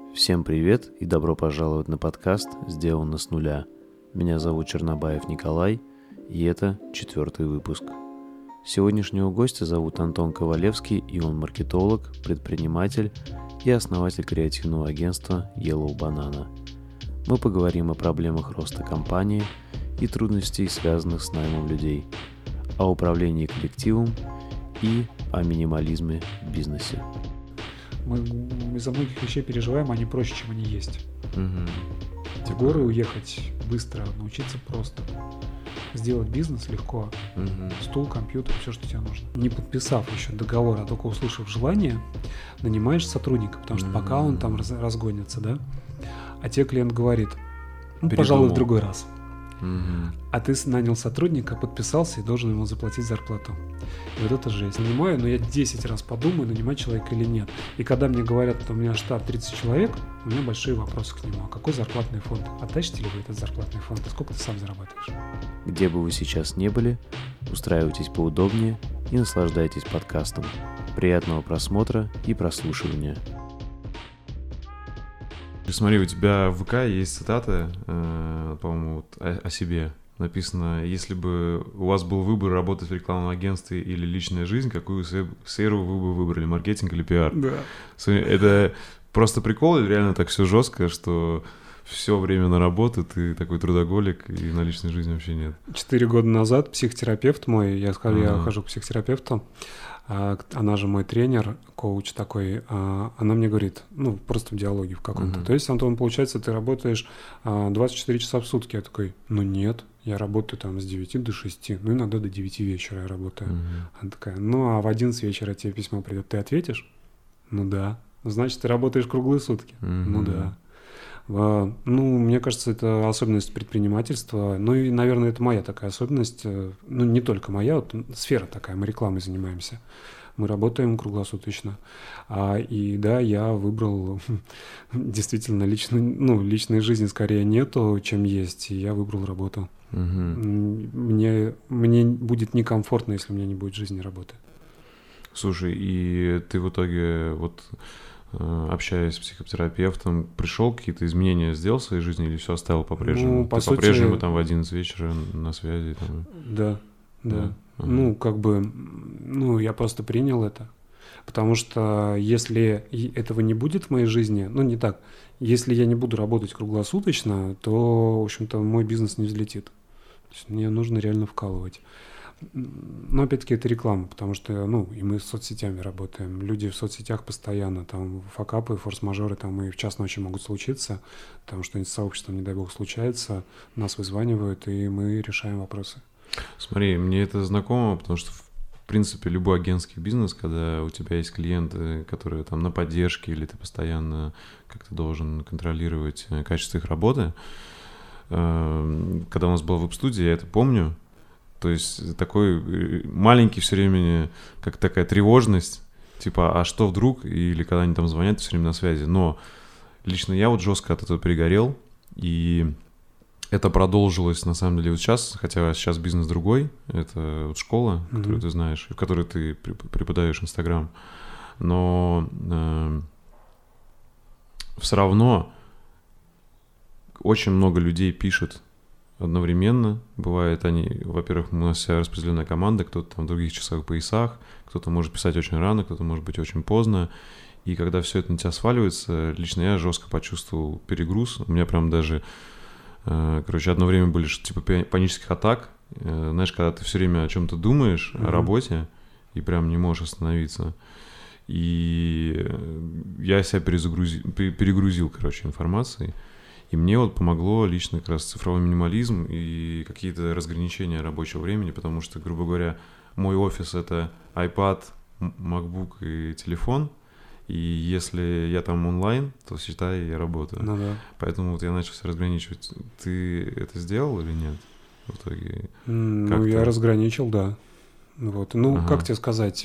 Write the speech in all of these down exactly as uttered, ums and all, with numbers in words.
Всем привет и добро пожаловать на подкаст «Сделано с нуля». Меня зовут Чернобаев Николай, и это четвертый выпуск. Сегодняшнего гостя зовут Антон Ковалевский, и он маркетолог, предприниматель и основатель креативного агентства Yellow Banana. Мы поговорим о проблемах роста компании и трудностей, связанных с наймом людей, о управлении коллективом и о минимализме в бизнесе. Мы из-за многих вещей переживаем, они проще, чем они есть. Угу. В горы уехать быстро, научиться просто. Сделать бизнес легко. Угу. Стул, компьютер, все, что тебе нужно. Не подписав еще договор, а только услышав желание, нанимаешь сотрудника, потому что пока он там раз, разгонится, да, а тебе клиент говорит, ну, пожалуй, в другой раз. Угу. А ты нанял сотрудника, подписался и должен ему заплатить зарплату. И вот это жесть. Нанимаю, но я десять раз подумаю, нанимать человека или нет. И когда мне говорят, что у меня штат тридцать человек, у меня большие вопросы к нему. А какой зарплатный фонд? Оттащите ли вы этот зарплатный фонд? А сколько ты сам зарабатываешь? Где бы вы сейчас не были, устраивайтесь поудобнее и наслаждайтесь подкастом. Приятного просмотра и прослушивания. Смотри, у тебя в ВК есть цитата, э, по-моему, вот, о, о себе. Написано, если бы у вас был выбор работать в рекламном агентстве или личная жизнь, какую сферу вы бы выбрали, маркетинг или пиар? Да. Это просто прикол или реально так все жестко, что все время на работу, ты такой трудоголик, и на личной жизни вообще нет? Четыре года назад психотерапевт мой, я, скажу, ага. я хожу к психотерапевту, она же мой тренер, коуч такой, она мне говорит, ну, просто в диалоге в каком-то. Uh-huh. То есть, Антон, получается, ты работаешь двадцать четыре часа в сутки. Я такой, ну нет, я работаю там с девяти до шести, ну, иногда до девяти вечера я работаю. Uh-huh. Она такая, ну, а в одиннадцать вечера тебе письмо придет, ты ответишь? Ну да. Значит, ты работаешь круглые сутки? Uh-huh. Ну да. Ну, мне кажется, это особенность предпринимательства. Ну и, наверное, это моя такая особенность. Ну, не только моя, вот сфера такая, мы рекламой занимаемся. Мы работаем круглосуточно. А, и да, я выбрал действительно личной, ну, личной жизни скорее нету, чем есть. И я выбрал работу. Угу. Мне, мне будет некомфортно, если у меня не будет жизни работы. Слушай, и ты в итоге вот... общаясь с психотерапевтом, пришел какие-то изменения, сделал в своей жизни или все оставил по-прежнему? Ну, по Ты сути... по-прежнему там в одиннадцать вечера на связи? Там... Да, да. да. Ага. Ну, как бы, ну, я просто принял это. Потому что если этого не будет в моей жизни, ну, не так, если я не буду работать круглосуточно, то, в общем-то, мой бизнес не взлетит. То есть мне нужно реально вкалывать. Но опять-таки это реклама, потому что, ну, и мы с соцсетями работаем. Люди в соцсетях постоянно, там, факапы, форс-мажоры, там, и в час ночи могут случиться, там, что-нибудь с сообществом, не дай бог, случается, нас вызванивают, и мы решаем вопросы. Смотри, мне это знакомо, потому что, в принципе, любой агентский бизнес, когда у тебя есть клиенты, которые там на поддержке, или ты постоянно как-то должен контролировать качество их работы. Когда у нас была веб-студия, я это помню. То есть такой маленький все время, как такая тревожность, типа, а что вдруг, или когда они там звонят, ты все время на связи. Но лично я вот жестко от этого перегорел, и это продолжилось на самом деле вот сейчас, хотя сейчас бизнес другой, это вот школа, mm-hmm. которую ты знаешь, в которой ты преподаешь Инстаграм, но э, все равно очень много людей пишут одновременно. Бывает, они, во-первых, у нас вся распределенная команда, кто-то там в других часовых поясах, кто-то может писать очень рано, кто-то может быть очень поздно. И когда все это на тебя сваливается, лично я жестко почувствовал перегруз. У меня прям даже, э, короче, одно время были типа панических атак. Э, знаешь, когда ты все время о чем-то думаешь, mm-hmm. о работе, и прям не можешь остановиться. И я себя перезагрузил, перегрузил, короче, информацией. И мне вот помогло лично как раз цифровой минимализм и какие-то разграничения рабочего времени, потому что, грубо говоря, мой офис — это iPad, MacBook и телефон, и если я там онлайн, то, считай, я работаю. Ну, да. Поэтому вот я начал себя разграничивать. Ты это сделал или нет в итоге? Ну, как-то... я разграничил, да. Вот. Ну, ага. Как тебе сказать...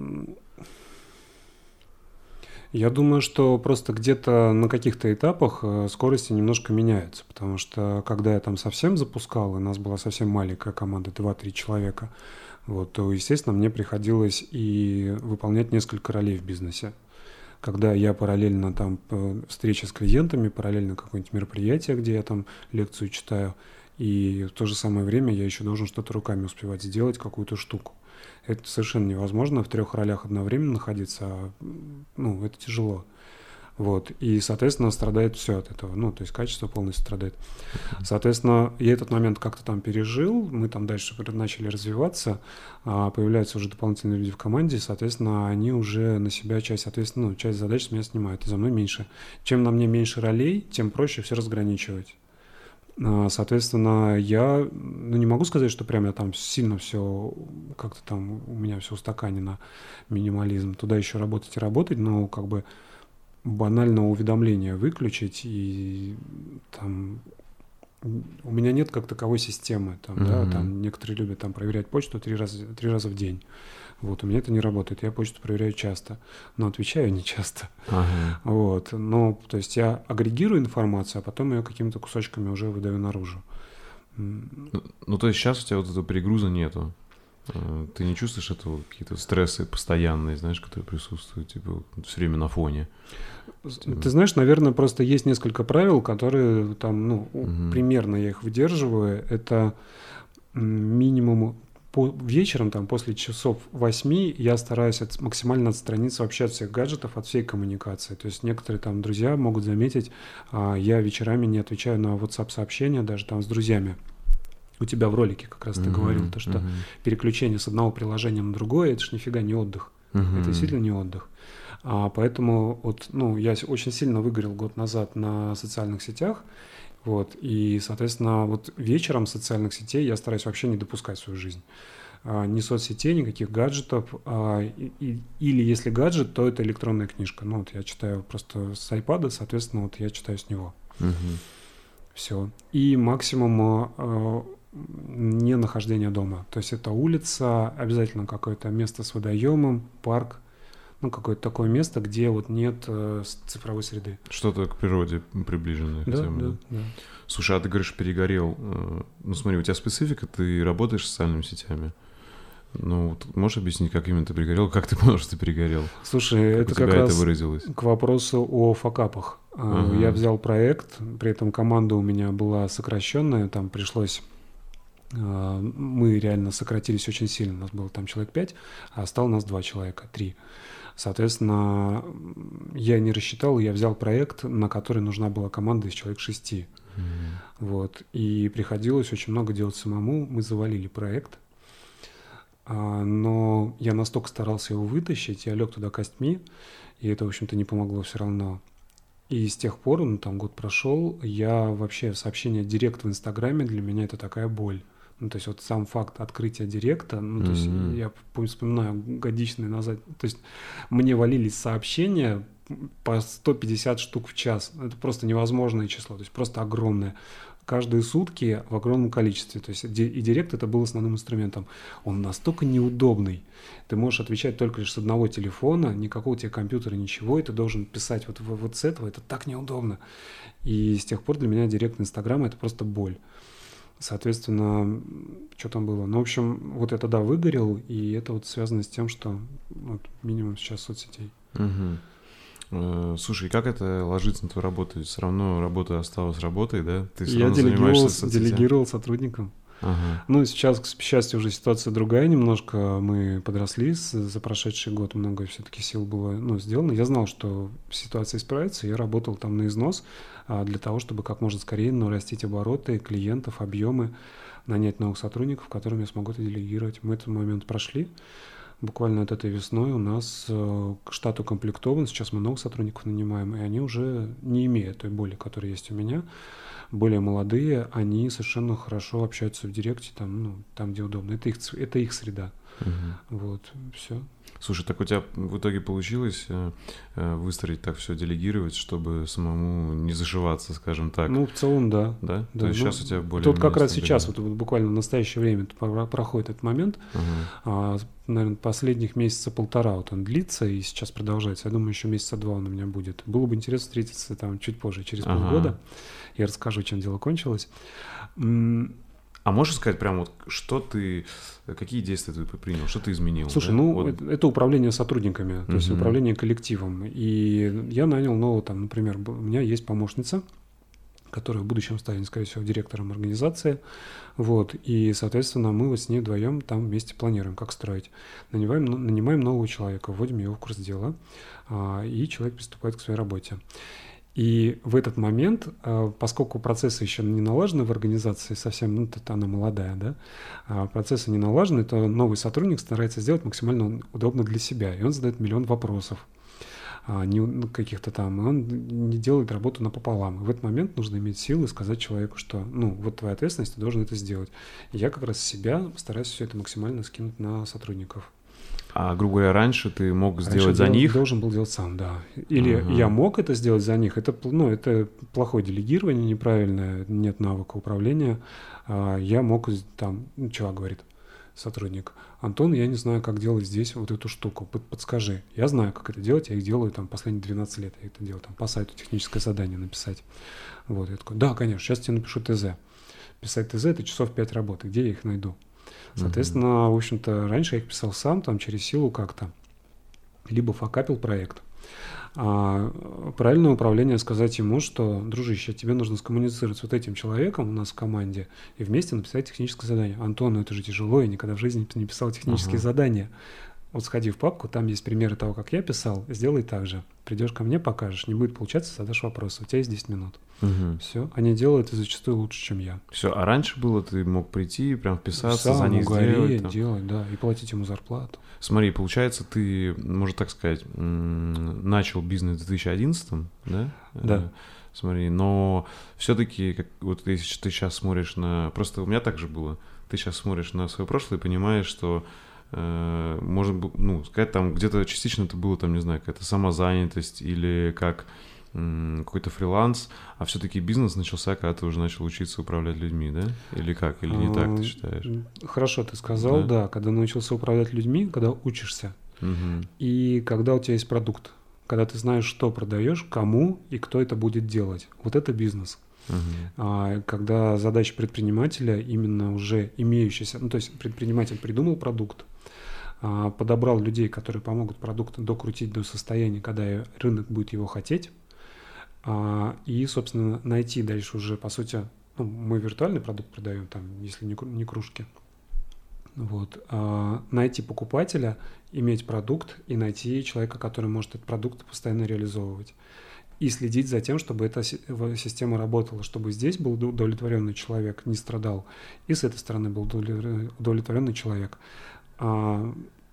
Я думаю, что просто где-то на каких-то этапах скорости немножко меняются, потому что когда я там совсем запускал, и у нас была совсем маленькая команда, два-три человека, вот, то, естественно, мне приходилось и выполнять несколько ролей в бизнесе. когда я параллельно там встреча с клиентами, параллельно какое-нибудь мероприятие, где я там лекцию читаю, и в то же самое время я еще должен что-то руками успевать сделать, какую-то штуку. Это совершенно невозможно в трех ролях одновременно находиться, а, ну, это тяжело. Вот, и, соответственно, страдает все от этого, ну, то есть качество полностью страдает. Соответственно, я этот момент как-то там пережил, мы там дальше начали развиваться, а появляются уже дополнительные люди в команде, соответственно, они уже на себя часть ответственности, ну, часть задач с меня снимают, и за мной меньше. Чем на мне меньше ролей, тем проще все разграничивать. Соответственно, я, ну, не могу сказать, что прям я там сильно все, как-то там у меня все устаканено, минимализм, туда еще работать и работать, но как бы банального уведомления выключить, и там у меня нет как таковой системы, там, mm-hmm. да, там некоторые любят там проверять почту три раза, три раза в день. Вот, у меня это не работает, я почту проверяю часто, но отвечаю не часто. Uh-huh. Вот, ну, то есть я агрегирую информацию, а потом ее какими-то кусочками уже выдаю наружу. Ну, ну, то есть сейчас у тебя вот этого перегруза нету? Ты не чувствуешь этого, какие-то стрессы постоянные, знаешь, которые присутствуют, типа, все время на фоне? Ты знаешь, наверное, просто есть несколько правил, которые там, ну, угу. примерно я их выдерживаю. Это минимум по, вечером, там, после часов восьми я стараюсь от, максимально отстраниться вообще от всех гаджетов, от всей коммуникации. То есть некоторые там друзья могут заметить, а, я вечерами не отвечаю на WhatsApp-сообщения даже там с друзьями. У тебя в ролике как раз ты uh-huh, говорил, то, что uh-huh. переключение с одного приложения на другое, это ж нифига не отдых. Uh-huh. Это действительно не отдых. А поэтому вот, ну, я очень сильно выгорел год назад на социальных сетях. Вот, и, соответственно, вот вечером социальных сетей я стараюсь вообще не допускать в свою жизнь. А, ни соцсетей, никаких гаджетов. А, и, и, или если гаджет, то это электронная книжка. Ну, вот я читаю просто с iPad, соответственно, вот я читаю с него. Uh-huh. Все. И максимум... А, не нахождение дома. То есть это улица, обязательно какое-то место с водоемом, парк, ну, какое-то такое место, где вот нет э, цифровой среды. Что-то к природе приближенное. Да, хотя бы. Да, да. Слушай, а ты говоришь, перегорел. Ну, смотри, у тебя специфика, ты работаешь с социальными сетями. Ну, можешь объяснить, как именно ты перегорел? Как ты понял, что ты перегорел? Слушай, как это у тебя как раз это выразилось? К вопросу о факапах. Ага. Я взял проект, при этом команда у меня была сокращенная, там пришлось... Мы реально сократились очень сильно, у нас было там человек пять, а стало нас два человека, три. Соответственно, я не рассчитал, я взял проект, на который нужна была команда из человек шести. Mm-hmm. Вот. И приходилось очень много делать самому, мы завалили проект. Но я настолько старался его вытащить, я лег туда костьми, и это, в общем-то, не помогло все равно. И с тех пор, ну, там год прошел, я вообще сообщение директ в Инстаграме, для меня это такая боль. Ну, то есть вот сам факт открытия директа, ну, то mm-hmm. есть я вспоминаю годичные назад, то есть мне валились сообщения по сто пятьдесят штук в час. Это просто невозможное число, то есть просто огромное. Каждые сутки в огромном количестве. То есть и директ это был основным инструментом. Он настолько неудобный. Ты можешь отвечать только лишь с одного телефона, никакого у тебя компьютера, ничего, и ты должен писать вот, вот с этого. Это так неудобно. И с тех пор для меня директ Инстаграма это просто боль. Соответственно, что там было? Ну, в общем, вот это, да, выгорел, и это вот связано с тем, что вот, минимум сейчас соцсетей. Угу. Слушай, как это ложится на твою работу? Все равно работа осталась работой, да? Ты все Я равно делегировал, занимаешься соцсетями? Делегировал сотрудникам. Ага. Ну, сейчас, к счастью, уже ситуация другая немножко. Мы подросли за прошедший год, много все-таки сил было, ну, сделано. Я знал, что ситуация исправится, я работал там на износ а, для того, чтобы как можно скорее нарастить обороты клиентов, объемы, нанять новых сотрудников, которым я смогу это делегировать. Мы этот момент прошли. Буквально от этой весной у нас э, штат укомплектован, сейчас мы новых сотрудников нанимаем, и они уже, не имея той боли, которая есть у меня, более молодые, они совершенно хорошо общаются в директе, там, ну, там где удобно. Это их, это их среда. Угу. Вот, все. Слушай, так у тебя в итоге получилось э, выстроить так все, делегировать, чтобы самому не зашиваться, скажем так? Ну, в целом, да. Да? да. То есть ну, сейчас у тебя более... Тут как раз сейчас, вот, вот буквально в настоящее время проходит этот момент. Угу. А, наверное, последних месяца полтора вот он длится и сейчас продолжается. Я думаю, еще месяца два он у меня будет. Было бы интересно встретиться там чуть позже, через ага. полгода. Я расскажу, чем дело кончилось. А можешь сказать прямо вот, что ты, какие действия ты принял, что ты изменил? Слушай, да? ну вот. это, это управление сотрудниками, то Uh-huh. есть управление коллективом. И я нанял нового, там, например, у меня есть помощница, которая в будущем станет, скорее всего, директором организации. Вот, и, соответственно, мы вот с ней вдвоем там вместе планируем, как строить. Нанимаем, нанимаем нового человека, вводим его в курс дела, и человек приступает к своей работе. И в этот момент, поскольку процессы еще не налажены в организации, совсем, ну, это она молодая, да, процессы не налажены, то новый сотрудник старается сделать максимально удобно для себя, и он задает миллион вопросов. Не каких-то там, он не делает работу напополам. И в этот момент нужно иметь силы сказать человеку, что, ну, вот твоя ответственность, ты должен это сделать. И я как раз себя стараюсь все это максимально скинуть на сотрудников. А, грубо говоря, раньше ты мог раньше сделать за дел, них? Должен был делать сам, да. Или ага. я мог это сделать за них. Это, ну, это плохое делегирование, неправильное, нет навыка управления. Я мог там, ну, чувак говорит, сотрудник: Антон, я не знаю, как делать здесь вот эту штуку, подскажи. Я знаю, как это делать, я их делаю там последние двенадцать лет, я это делаю, там по сайту техническое задание написать. Вот, я такой: да, конечно, сейчас тебе напишу ТЗ. Писать ТЗ — это часов пять работы, где я их найду? Соответственно, uh-huh. в общем-то, раньше я их писал сам, там через силу как-то, либо факапил проект. А правильное управление — сказать ему, что, дружище, тебе нужно скоммуницировать с вот этим человеком у нас в команде и вместе написать техническое задание. Антон, ну это же тяжело, я никогда в жизни не писал технические uh-huh. задания. Вот сходи в папку, там есть примеры того, как я писал, сделай так же. Придешь ко мне, покажешь, не будет получаться, задашь вопрос, у тебя есть десять минут. Угу. Все, они делают и зачастую лучше, чем я. Все, а раньше было, ты мог прийти, прям вписаться, сам за них сделать. Там. делать, да, и платить ему зарплату. Смотри, получается, ты, можно так сказать, начал бизнес в две тысячи одиннадцатом, да? Да. Смотри, но все-таки, как, вот если ты сейчас смотришь на... Просто у меня так же было. Ты сейчас смотришь на свое прошлое и понимаешь, что э, можно, ну, сказать, там где-то частично это было, там, не знаю, какая-то самозанятость или как м, какой-то фриланс, а все-таки бизнес начался, когда ты уже начал учиться управлять людьми, да? Или как? Или не так, ты считаешь? Хорошо ты сказал, да, да, когда научился управлять людьми, когда учишься, угу. и когда у тебя есть продукт. Когда ты знаешь, что продаешь, кому и кто это будет делать. Вот это бизнес. Uh-huh. А, когда задача предпринимателя именно уже имеющаяся, ну то есть предприниматель придумал продукт, а, подобрал людей, которые помогут продукт докрутить до состояния, когда рынок будет его хотеть, а, и, собственно, найти дальше уже, по сути, ну, мы виртуальный продукт продаем, там, если не, не кружки. Вот, а, найти покупателя, иметь продукт и найти человека, который может этот продукт постоянно реализовывать. И следить за тем, чтобы эта система работала, чтобы здесь был удовлетворенный человек, не страдал, и с этой стороны был удовлетворенный человек. А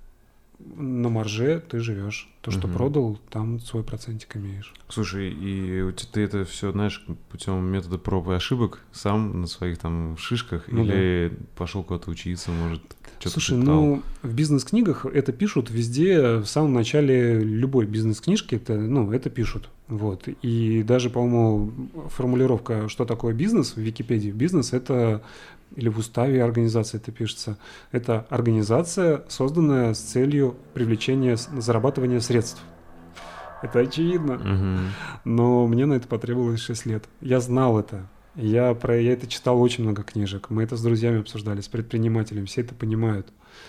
на марже ты живешь. То, что угу. продал, там свой процентик имеешь. Слушай, и ты это все, знаешь, путем метода проб и ошибок сам на своих там шишках, ну, или да. пошел куда-то учиться, может, что-то Слушай, читал? ну, в бизнес-книгах это пишут везде, в самом начале любой бизнес-книжки это, ну, это пишут. Вот. И даже, по-моему, формулировка, что такое бизнес в Википедии. Бизнес — это, или в уставе организации это пишется, это организация, созданная с целью привлечения, зарабатывания средств. Это очевидно. Uh-huh. Но мне на это потребовалось шесть лет. Я знал это. Я, про, я это читал очень много книжек. Мы это с друзьями обсуждали, с предпринимателями. Все это понимают.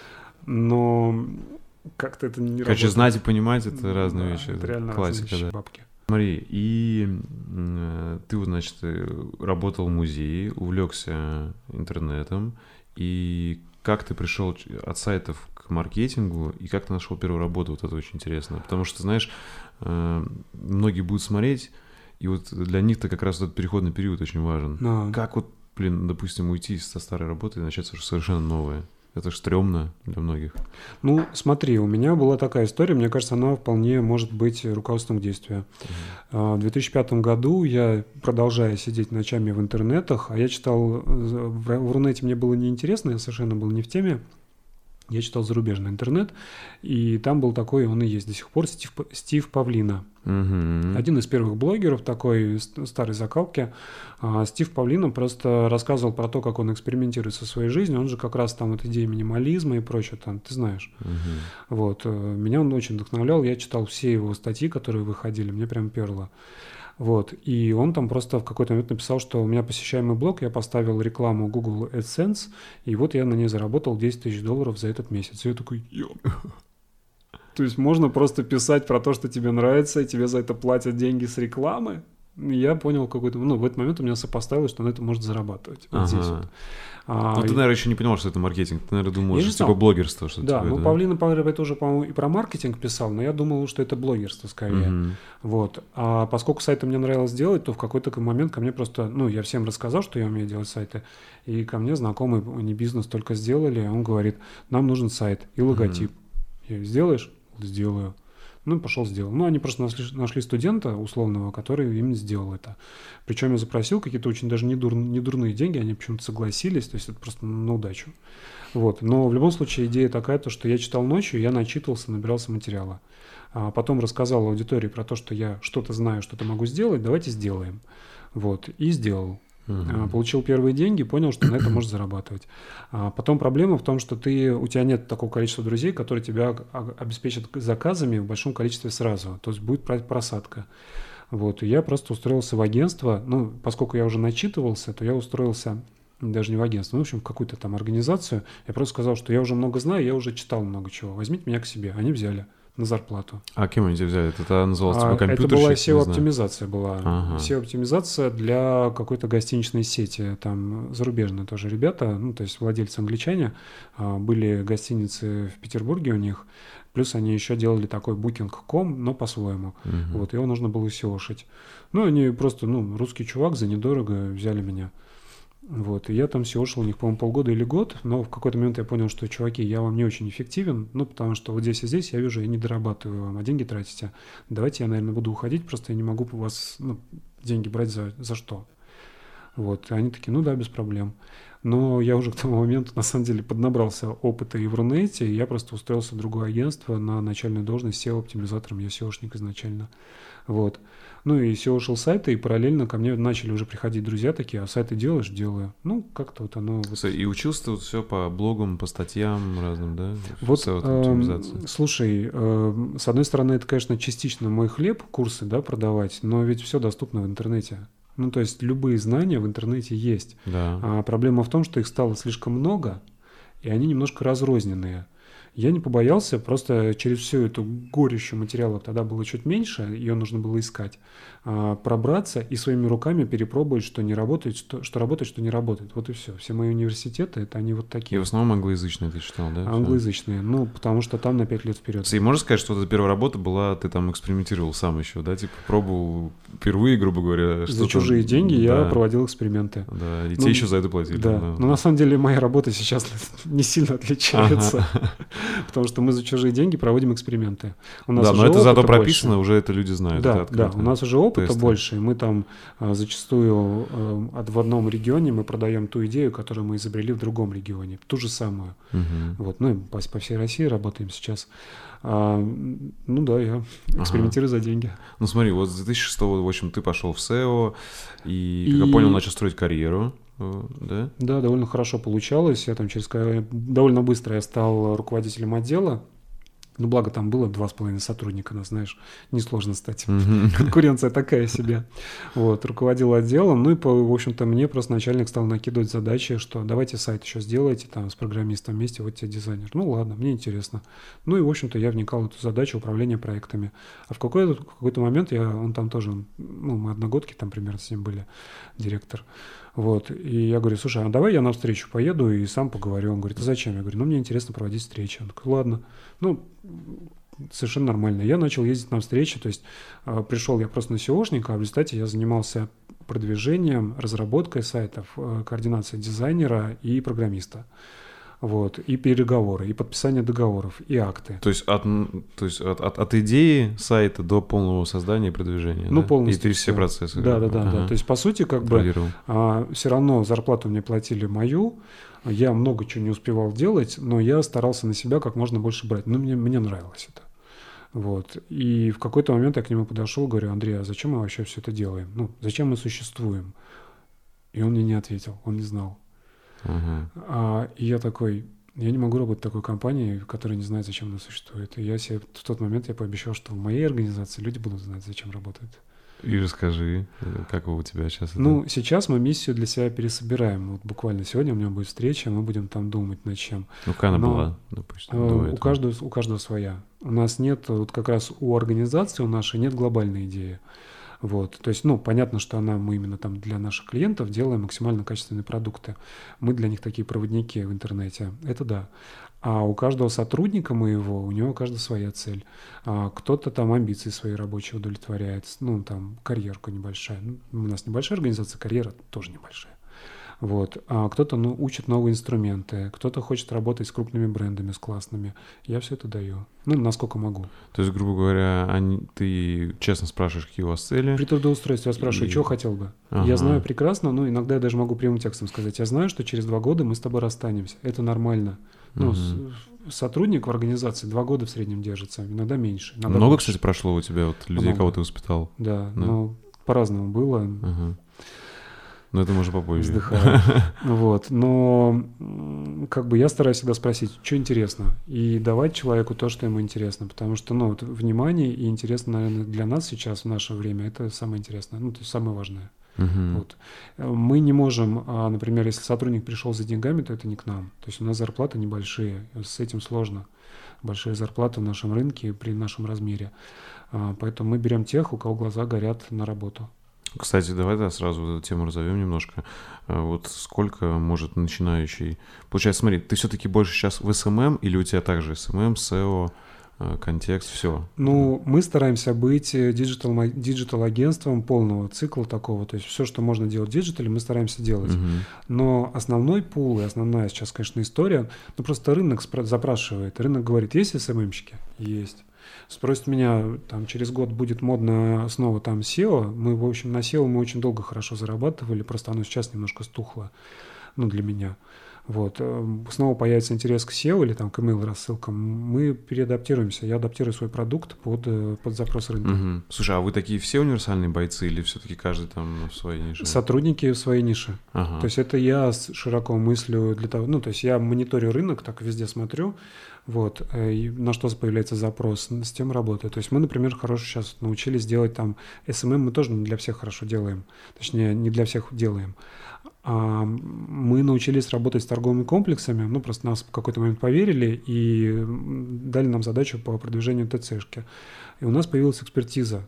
Но как-то это не Короче, работает. знать и понимать — это разные да, вещи. Это реально классика, разные вещи, да. бабки. Смотри, и э, ты, значит, работал в музее, увлекся интернетом, и как ты пришел от сайтов к маркетингу, и как ты нашел первую работу, вот это очень интересно, потому что, знаешь, э, многие будут смотреть, и вот для них-то как раз этот переходный период очень важен. Но... Как вот, блин, допустим, уйти со старой работы и начать совершенно новое? Это ж стрёмно для многих. Ну, смотри, у меня была такая история, мне кажется, она вполне может быть руководством к действию. Uh-huh. В две тысячи пятом году я, продолжая сидеть ночами в интернетах, а я читал, в Рунете мне было неинтересно, я совершенно был не в теме, я читал зарубежный интернет, и там был такой, он и есть до сих пор, Стив, Стив Павлина. Uh-huh. Один из первых блогеров такой старой закалки. Стив Павлина просто рассказывал про то, как он экспериментирует со своей жизнью. Он же как раз там вот идеи минимализма и прочее, там, ты знаешь. Uh-huh. Вот. Меня он очень вдохновлял. Я читал все его статьи, которые выходили, мне прям перло. Вот. И он там просто в какой-то момент написал, что у меня посещаемый блог, я поставил рекламу Google AdSense, и вот я на ней заработал десять тысяч долларов за этот месяц. И я такой, ё. То есть можно просто писать про то, что тебе нравится, и тебе за это платят деньги с рекламы. И я понял какой-то... Ну, в этот момент у меня сопоставилось, что на это может зарабатывать. Вот ага. здесь вот. А, ну, ты, наверное, еще не понимал, что это маркетинг. Ты, наверное, думал, что типа блогерство. Что да, тебе, ну, да? Павлина Павлова тоже, по-моему, и про маркетинг писал, но я думал, что это блогерство скорее. Mm-hmm. Вот. А поскольку сайты мне нравилось делать, то в какой-то момент ко мне просто... Ну, я всем рассказал, что я умею делать сайты, и ко мне знакомый, они бизнес только сделали, он говорит, нам нужен сайт и логотип. Mm-hmm. Я говорю, сделаешь? Сделаю. Ну, пошел, сделал. Ну, они просто нашли, нашли студента условного, который именно сделал это. Причем я запросил какие-то очень даже недур, недурные деньги, они почему-то согласились, то есть это просто на удачу. Вот. Но в любом случае идея такая, то, что я читал ночью, я начитывался, набирался материала. А потом рассказал аудитории про то, что я что-то знаю, что-то могу сделать, давайте сделаем. Вот. И сделал. Uh-huh. Получил первые деньги, понял, что на это можно зарабатывать. А потом проблема в том, что ты, у тебя нет такого количества друзей, которые тебя обеспечат заказами в большом количестве сразу. То есть будет просадка. Вот. И я просто устроился в агентство. Ну, поскольку я уже начитывался, то я устроился даже не в агентство, ну, в общем, в какую-то там организацию. Я просто сказал, что я уже много знаю, я уже читал много чего. Возьмите меня к себе. Они взяли на зарплату. А кем они тебя взяли? Это называлось типа а, компьютерщик? Это была сео-оптимизация была. Ага. сео-оптимизация для какой-то гостиничной сети. Там зарубежные тоже ребята, ну, то есть владельцы англичане. Были гостиницы в Петербурге у них. Плюс они еще делали такой букинг точка ком, но по-своему. Угу. Вот, его нужно было сеошить. Ну, они просто, ну, русский чувак, за недорого взяли меня. Вот, и я там сеошил у них, по-моему, полгода или год, но в какой-то момент я понял, что, чуваки, я вам не очень эффективен, ну, потому что вот здесь и здесь я вижу, я не дорабатываю вам, а деньги тратите. Давайте я, наверное, буду уходить, просто я не могу у вас, ну, деньги брать за, за что. Вот, и они такие, ну да, без проблем. Но я уже к тому моменту, на самом деле, поднабрался опыта и в Рунете, и я просто устроился в другое агентство на начальную должность сео-оптимизатором, я сеошник изначально. Вот. Ну и сеошил сайты, и параллельно ко мне начали уже приходить друзья такие, а сайты делаешь? Делаю. Ну, как-то вот оно... Вот... И учился ты вот все по блогам, по статьям разным, да? Вот, э, слушай, э, с одной стороны, это, конечно, частично мой хлеб, курсы, да, продавать, но ведь все доступно в интернете. Ну, то есть любые знания в интернете есть. Да. А проблема в том, что их стало слишком много, и они немножко разрозненные. Я не побоялся, просто через всю эту горищу материалов тогда было чуть меньше, ее нужно было искать, пробраться и своими руками перепробовать, что не работает, что, что работает, что не работает. Вот и все. Все мои университеты, это они вот такие. И в основном англоязычные ты читал, да? Англоязычные, все? Ну, потому что там на пять лет вперед. И можно сказать, что эта первая работа была, ты там экспериментировал сам еще, да? Типа пробовал впервые, грубо говоря. За чужие деньги да. я проводил эксперименты. Да, и ну, тебе еще за это платили. Да, да. но на самом деле моя работа сейчас не сильно отличается. Ага. Потому что мы за чужие деньги проводим эксперименты. У нас да, но это зато прописано, больше. уже это люди знают. Да, это да, у нас уже опыта тесты. больше, и мы там а, зачастую а, в одном регионе мы продаем ту идею, которую мы изобрели в другом регионе, ту же самую. Угу. Вот, ну и по, по всей России работаем сейчас. А, ну да, я экспериментирую ага. за деньги. Ну смотри, вот с две тысячи шестого, в общем, ты пошел в сео, и, как и... я понял, начал строить карьеру. Да? Да, довольно хорошо получалось. Я там через довольно быстро я стал руководителем отдела. Ну, благо там было два с половиной сотрудника, ну, знаешь, несложно стать. Mm-hmm. Конкуренция такая себе. Вот, руководил отделом. Ну и, по, в общем-то, мне просто начальник стал накидывать задачи, что давайте сайт еще сделайте там с программистом вместе, вот тебе дизайнер. Ну ладно, мне интересно. Ну и, в общем-то, я вникал в эту задачу управления проектами. А в какой-то, в какой-то момент я, он там тоже, ну, мы одногодки там примерно с ним были, директор. Вот, и я говорю, слушай, а давай я на встречу поеду и сам поговорю. Он говорит, а зачем? Я говорю, ну, мне интересно проводить встречи. Он такой, ладно. Ну, совершенно нормально. Я начал ездить на встречи, то есть э, пришел я просто на сеошника, а в результате я занимался продвижением, разработкой сайтов, э, координацией дизайнера и программиста. Вот, и переговоры, и подписание договоров, и акты. То есть от, то есть от, от, от идеи сайта до полного создания и продвижения, ну, да? полностью. И ты все процессы. Да, да, да, ага. да. То есть, по сути, как бы а, все равно зарплату мне платили мою, я много чего не успевал делать, но я старался на себя как можно больше брать. Ну, мне, мне нравилось это. Вот. И в какой-то момент я к нему подошел, говорю, Андрей, а зачем мы вообще все это делаем? Ну, зачем мы существуем? И он мне не ответил, он не знал. Uh-huh. А, и я такой, я не могу работать в такой компании, которая не знает, зачем она существует. И я себе в тот момент я пообещал, что в моей организации люди будут знать, зачем работают. И расскажи, как у тебя сейчас это? Ну, сейчас мы миссию для себя пересобираем. Вот буквально сегодня у меня будет встреча, мы будем там думать над чем. Ну, какая она Но, была, допустим, э, до у этого? каждого, у каждого своя. У нас нет, вот как раз у организации у нашей нет глобальной идеи. Вот. То есть, ну, понятно, что она, мы именно там для наших клиентов делаем максимально качественные продукты. Мы для них такие проводники в интернете. Это да. А у каждого сотрудника моего, у него каждая своя цель. А кто-то там амбиции свои рабочие удовлетворяет, ну, там, карьерка небольшая. Ну, у нас небольшая организация, карьера тоже небольшая. Вот. А кто-то, ну, учит новые инструменты, кто-то хочет работать с крупными брендами, с классными. Я все это даю. Ну, насколько могу. То есть, грубо говоря, они, ты честно спрашиваешь, какие у вас цели? При трудоустройстве я спрашиваю, И- чего хотел бы. Ага. Я знаю прекрасно, ну, иногда я даже могу прямым текстом сказать. Я знаю, что через два года мы с тобой расстанемся. Это нормально. Ну, Мгм. с- сотрудник в организации два года в среднем держится, иногда меньше. иногда Много, больше. кстати, прошло у тебя вот людей, Много. кого ты воспитал? Да, Да. но по-разному было. Ага. Но это можно попозже. Вздыхаю. Вот. Но м, как бы я стараюсь всегда спросить, что интересно, и давать человеку то, что ему интересно, потому что, ну, вот внимание и интересно, наверное, для нас сейчас в наше время это самое интересное, ну, то есть самое важное. Мгм. Вот. Э, Мы не можем, а, например, если сотрудник пришел за деньгами, то это не к нам. То есть у нас зарплаты небольшие, с этим сложно. Большие зарплаты в нашем рынке при нашем размере. А, Поэтому мы берем тех, у кого глаза горят на работу. Кстати, давай да, сразу вот эту тему разовьем немножко. А Вот сколько может начинающий... Получается, смотри, ты все-таки больше сейчас в эс эм эм или у тебя также эс эм эм, эс и о, э, контекст, все? Ну, мы стараемся быть э, диджитал, ма- диджитал-агентством полного цикла такого. То есть все, что можно делать в диджитале, мы стараемся делать. Но основной пул и основная сейчас, конечно, история, ну просто рынок спра- запрашивает. Рынок говорит, есть эс эм эм-щики? Есть. Спросит меня, там через год будет модно снова там сео. Мы, в общем, на сео мы очень долго хорошо зарабатывали, просто оно сейчас немножко стухло, ну, для меня. Вот. Эм, Снова появится интерес к сео или там к email рассылкам. Мы переадаптируемся. Я адаптирую свой продукт под, э, под запрос рынка. Мгм. Слушай, а вы такие все универсальные бойцы или все-таки каждый там в своей нише? Сотрудники в своей нише. Ага. То есть это я с- широко мыслю для того, ну, то есть я мониторю рынок, так везде смотрю, вот, э, и на что появляется запрос, с тем работаю. То есть мы, например, хорошо сейчас научились делать там эс эм эм, мы тоже не для всех хорошо делаем, точнее, не для всех делаем. А мы научились работать с торговыми комплексами, ну, просто нас в какой-то момент поверили и м, дали нам задачу по продвижению ТЦшки. И у нас появилась экспертиза.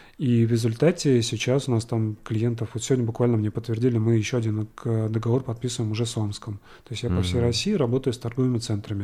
И в результате сейчас у нас там клиентов, вот сегодня буквально мне подтвердили, мы еще один к- договор подписываем уже с Омском. То есть я по всей Мгм. России работаю с торговыми центрами.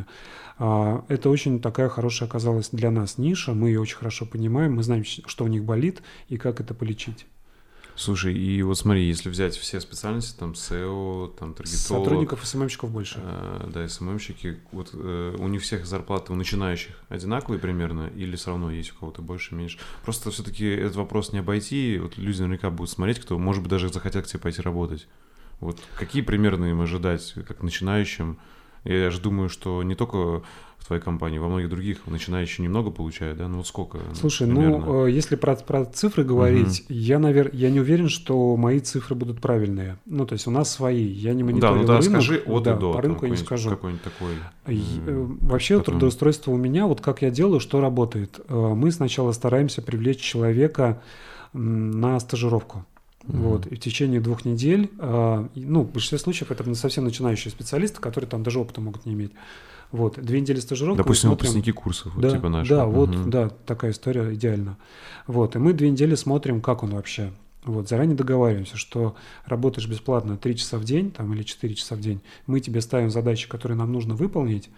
А, Это очень такая хорошая оказалась для нас ниша, мы ее очень хорошо понимаем, мы знаем, щ- что у них болит и как это полечить. Слушай, и вот смотри, если взять все специальности, там сео, там таргетолог, Сотрудников эс эм эм-щиков больше. э, да, эс эм эм-щики, вот э, у них всех зарплаты у начинающих одинаковые примерно, или все равно есть у кого-то больше, меньше? Просто все-таки этот вопрос не обойти, вот люди наверняка будут смотреть, кто, может быть, даже захотят к тебе пойти работать. Вот какие примерно им ожидать, как начинающим? Я же думаю, что не только в твоей компании, во многих других начинающие немного получают, да? Ну вот сколько? Слушай, примерно? ну, э, если про, про цифры говорить, я, навер... я не уверен, что мои цифры будут правильные. Ну, то есть у нас свои, я не Да, мониторю ну да, рынок. скажи от Да, и до. по там рынку я не какой-нибудь- скажу. Какой-нибудь такой. И, э, м, Вообще потом- трудоустройство у меня, вот как я делаю, что работает. Э, Мы сначала стараемся привлечь человека м, на стажировку. Мгм. Вот, и в течение двух недель, э, и, ну, в большинстве случаев это совсем начинающие специалисты, которые там даже опыта могут не иметь. Вот, две недели стажировки. Допустим, мы смотрим- выпускники курсов, вот да, типа наши. да, вот, Мгм. да, такая история идеально. Вот, и мы две недели смотрим, как он вообще. Вот, заранее договариваемся, что работаешь бесплатно три часа в день, там, или четыре часа в день, мы тебе ставим задачи, которые нам нужно выполнить,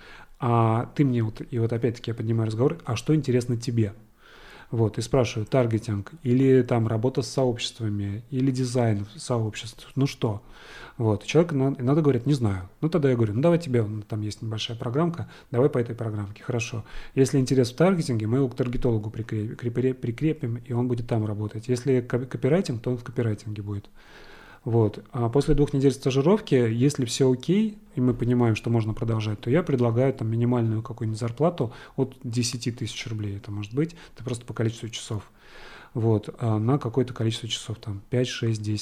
а ты мне, вот, и вот опять-таки я поднимаю разговор, а что интересно тебе? Вот, и спрашиваю, таргетинг, или там работа с сообществами, или дизайн сообществ, ну что? Вот, человек на- иногда говорит, не знаю. Ну, тогда я говорю, ну, давай тебе, ну, там есть небольшая программка, давай по этой программке, хорошо. Если интерес в таргетинге, мы его к таргетологу прикрепим, прикрепим, прикрепим, и он будет там работать. Если ко- копирайтинг, то он в копирайтинге будет. Вот. А после двух недель стажировки, если все окей, и мы понимаем, что можно продолжать, то я предлагаю там минимальную какую-нибудь зарплату от десять тысяч рублей, это может быть, это просто по количеству часов. Вот, а на какое-то количество часов, там пять, шесть, десять.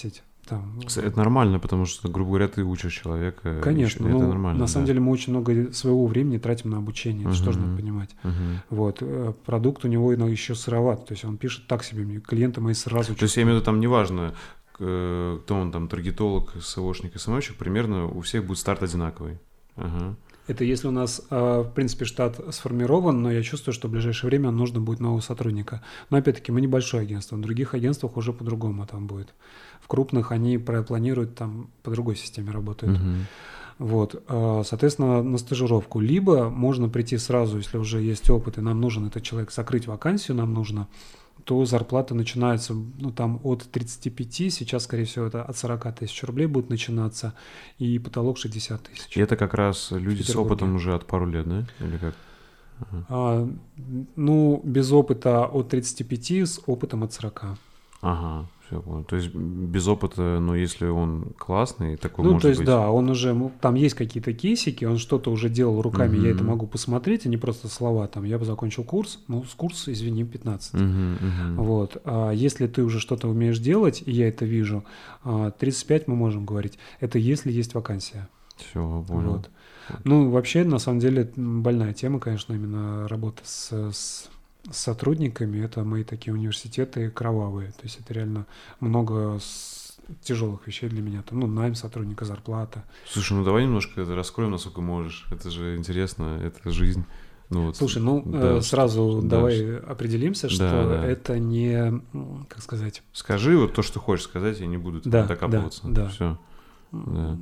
Там, это нормально, потому что, грубо говоря, ты учишь человека. Конечно, это ну, нормально. На да. самом деле мы очень много своего времени тратим на обучение, это uh-huh. тоже надо понимать. Uh-huh. Вот, продукт у него еще сыроват, то есть он пишет так себе, мне клиенты мои сразу... То есть я имею в виду, там неважно, кто он там, таргетолог, СОшник, СММщик, примерно у всех будет старт одинаковый. Ага. Это если у нас, в принципе, штат сформирован, но я чувствую, что в ближайшее время нужно будет нового сотрудника. Но опять-таки мы небольшое агентство, в других агентствах уже по-другому там будет. В крупных они планируют там по другой системе работают. Uh-huh. Вот, соответственно, на стажировку. Либо можно прийти сразу, если уже есть опыт, и нам нужен этот человек, закрыть вакансию нам нужно, то зарплата начинается, ну, там от тридцати пяти, сейчас, скорее всего, это от сорока тысяч рублей будет начинаться, и потолок шестьдесят тысяч. И это как раз люди с опытом уже от пару лет, да? Или как? Ага. А, ну, без опыта от тридцати пяти, с опытом от сорока. Ага, все понял. То есть без опыта, но если он классный, такой ну, может быть... Ну, то есть, быть... да, он уже, там есть какие-то кейсики, он что-то уже делал руками, uh-huh. я это могу посмотреть, а не просто слова, там, я бы закончил курс, ну, с курса, извини, пятнадцать. Uh-huh, uh-huh. Вот, а если ты уже что-то умеешь делать, и я это вижу, тридцать пять мы можем говорить, это если есть вакансия. Все, понял. Вот. Ну, вообще, на самом деле, больная тема, конечно, именно работа с... с с сотрудниками, это мои такие университеты кровавые, то есть это реально много тяжелых вещей для меня, там, ну, найм сотрудника, зарплата. Слушай, ну давай немножко это раскроем, насколько можешь, это же интересно, это жизнь. Ну, вот, Слушай, ну да, сразу да, давай да, определимся, что да, да. это не, как сказать... Скажи вот то, что хочешь сказать, я не буду да, докапываться. Да, да. Все. Да.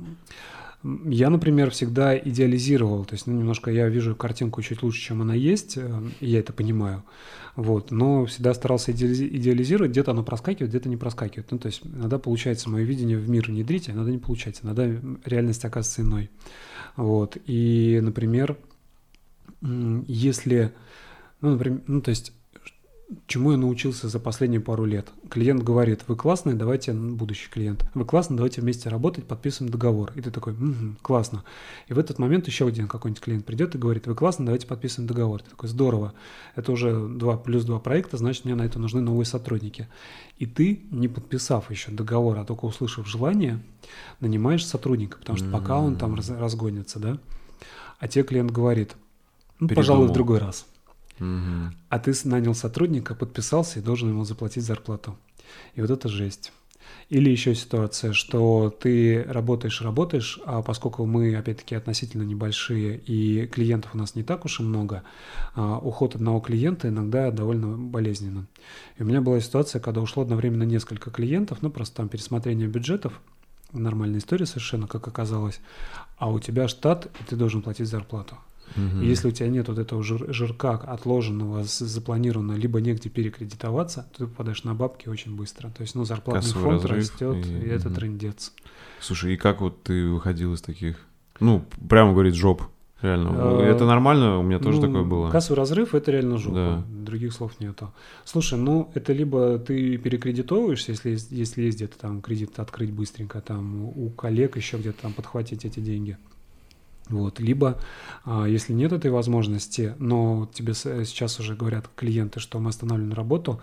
Я, например, всегда идеализировал, то есть, ну, немножко я вижу картинку чуть лучше, чем она есть, и я это понимаю, вот, но всегда старался идеализировать, где-то оно проскакивает, где-то не проскакивает, ну, то есть, иногда получается мое видение в мир внедрить, а иногда не получается, иногда реальность оказывается иной, вот, и, например, если, ну, например, ну, то есть, чему я научился за последние пару лет? Клиент говорит, вы классный, давайте, будущий клиент, вы классный, давайте вместе работать, подписываем договор. И ты такой, угу, классно. И в этот момент еще один какой-нибудь клиент придет и говорит, вы классно, давайте подписываем договор. Ты такой, здорово, это уже два плюс два проекта, значит, мне на это нужны новые сотрудники. И ты, не подписав еще договор, а только услышав желание, нанимаешь сотрудника, потому что пока он там раз, разгонится, да, а тебе клиент говорит, ну, пожалуй, в другой раз. Угу. А ты нанял сотрудника, подписался и должен ему заплатить зарплату. И вот это жесть. Или еще ситуация, что ты работаешь, работаешь, а поскольку мы, опять-таки, относительно небольшие и клиентов у нас не так уж и много, уход одного клиента иногда довольно болезненно. И у меня была ситуация, когда ушло одновременно несколько клиентов, ну просто там пересмотрение бюджетов, нормальная история совершенно, как оказалось, а у тебя штат, и ты должен платить зарплату. Угу. И если у тебя нет вот этого жир, жирка отложенного, запланированного, либо негде перекредитоваться, то ты попадаешь на бабки очень быстро. То есть, ну, зарплатный кассовый фонд растет, и, и угу. это трындец. Слушай, и как вот ты выходил из таких, ну, прямо говорит, жоп, реально? А, это нормально? У меня тоже ну, такое было. Кассовый разрыв – это реально жопа, да. Других слов нету. Слушай, ну, это либо ты перекредитовываешься, если, если есть где-то там кредит открыть быстренько, там у коллег еще где-то там подхватить эти деньги. Вот. Либо, а, если нет этой возможности, но тебе сейчас уже говорят клиенты, что мы останавливаем работу,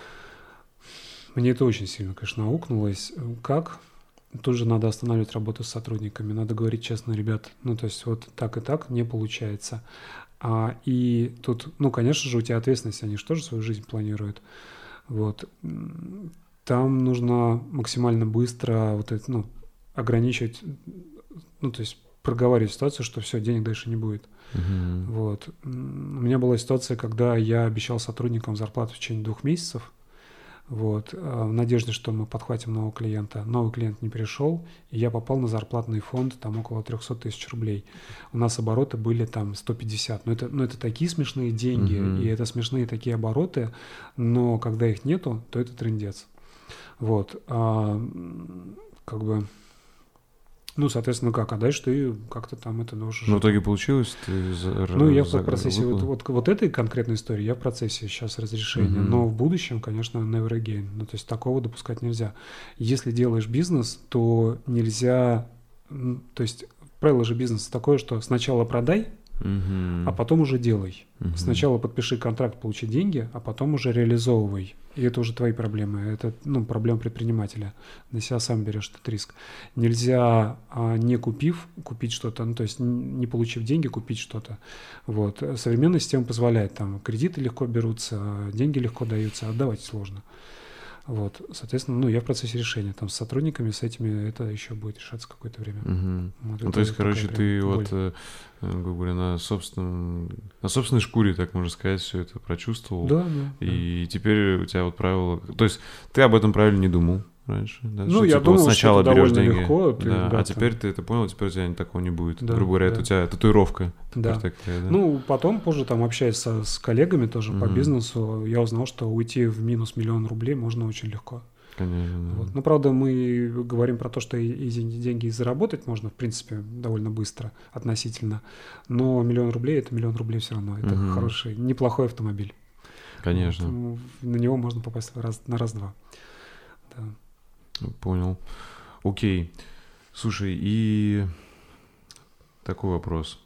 мне это очень сильно, конечно, аукнулось. Как? Тут же надо останавливать работу с сотрудниками, надо говорить честно, ребят, ну, то есть вот так и так не получается. А, и тут, ну, конечно же, у тебя ответственность, они же тоже свою жизнь планируют. Вот. Там нужно максимально быстро вот это, ну, ограничивать, ну, то есть проговаривать ситуацию, что все, денег дальше не будет. Uh-huh. Вот. У меня была ситуация, когда я обещал сотрудникам зарплату в течение двух месяцев, вот, в надежде, что мы подхватим нового клиента. Новый клиент не пришел, и я попал на зарплатный фонд там около триста тысяч рублей. У нас обороты были там сто пятьдесят. Но это, ну, это такие смешные деньги, uh-huh. и это смешные такие обороты, но когда их нету, то это трындец. Вот. А, как бы... Ну, соответственно, как? А дальше ты как-то там это должен... Ну, в итоге получилось? Ты за... Ну, я в процессе вот, вот, вот этой конкретной истории, я в процессе сейчас разрешения, uh-huh. но в будущем, конечно, never again. Ну, то есть такого допускать нельзя. Если делаешь бизнес, то нельзя... То есть правило же бизнеса такое, что сначала продай, Угу. а потом уже делай. Угу. Сначала подпиши контракт, получи деньги, а потом уже реализовывай. И это уже твои проблемы. Это, ну, проблема предпринимателя. На себя сам берешь этот риск. Нельзя, а, не купив, купить что-то, ну, то есть не получив деньги, купить что-то. Вот. Современная система позволяет. Там кредиты легко берутся, деньги легко даются, отдавать сложно. Вот, соответственно, ну, я в процессе решения. Там с сотрудниками, с этими это еще будет решаться какое-то время. Угу. Вот, ну, то есть, короче, ты боль. вот, э, грубо говоря, на собственном, на собственной шкуре, так можно сказать, все это прочувствовал. Да, да. И да. теперь у тебя вот правило... То есть ты об этом правильно не думал раньше? Да? Ну, что, я типа, думал, вот сначала что это берешь довольно деньги, легко. Ты, да, да, а теперь там... ты это понял, теперь у тебя такого не будет. Да, грубо говоря, да. это у тебя татуировка. Да. Такая, да. Ну, потом, позже, там, общаясь со, с коллегами тоже Угу. по бизнесу, я узнал, что уйти в минус миллион рублей можно очень легко. Конечно, да. Вот. Ну, правда, мы говорим про то, что эти деньги заработать можно, в принципе, довольно быстро относительно. Но миллион рублей – это миллион рублей все равно. Это Угу. хороший, неплохой автомобиль. Конечно. Вот. На него можно попасть раз, на раз-два. Да. Понял. Окей. Слушай, и такой вопрос.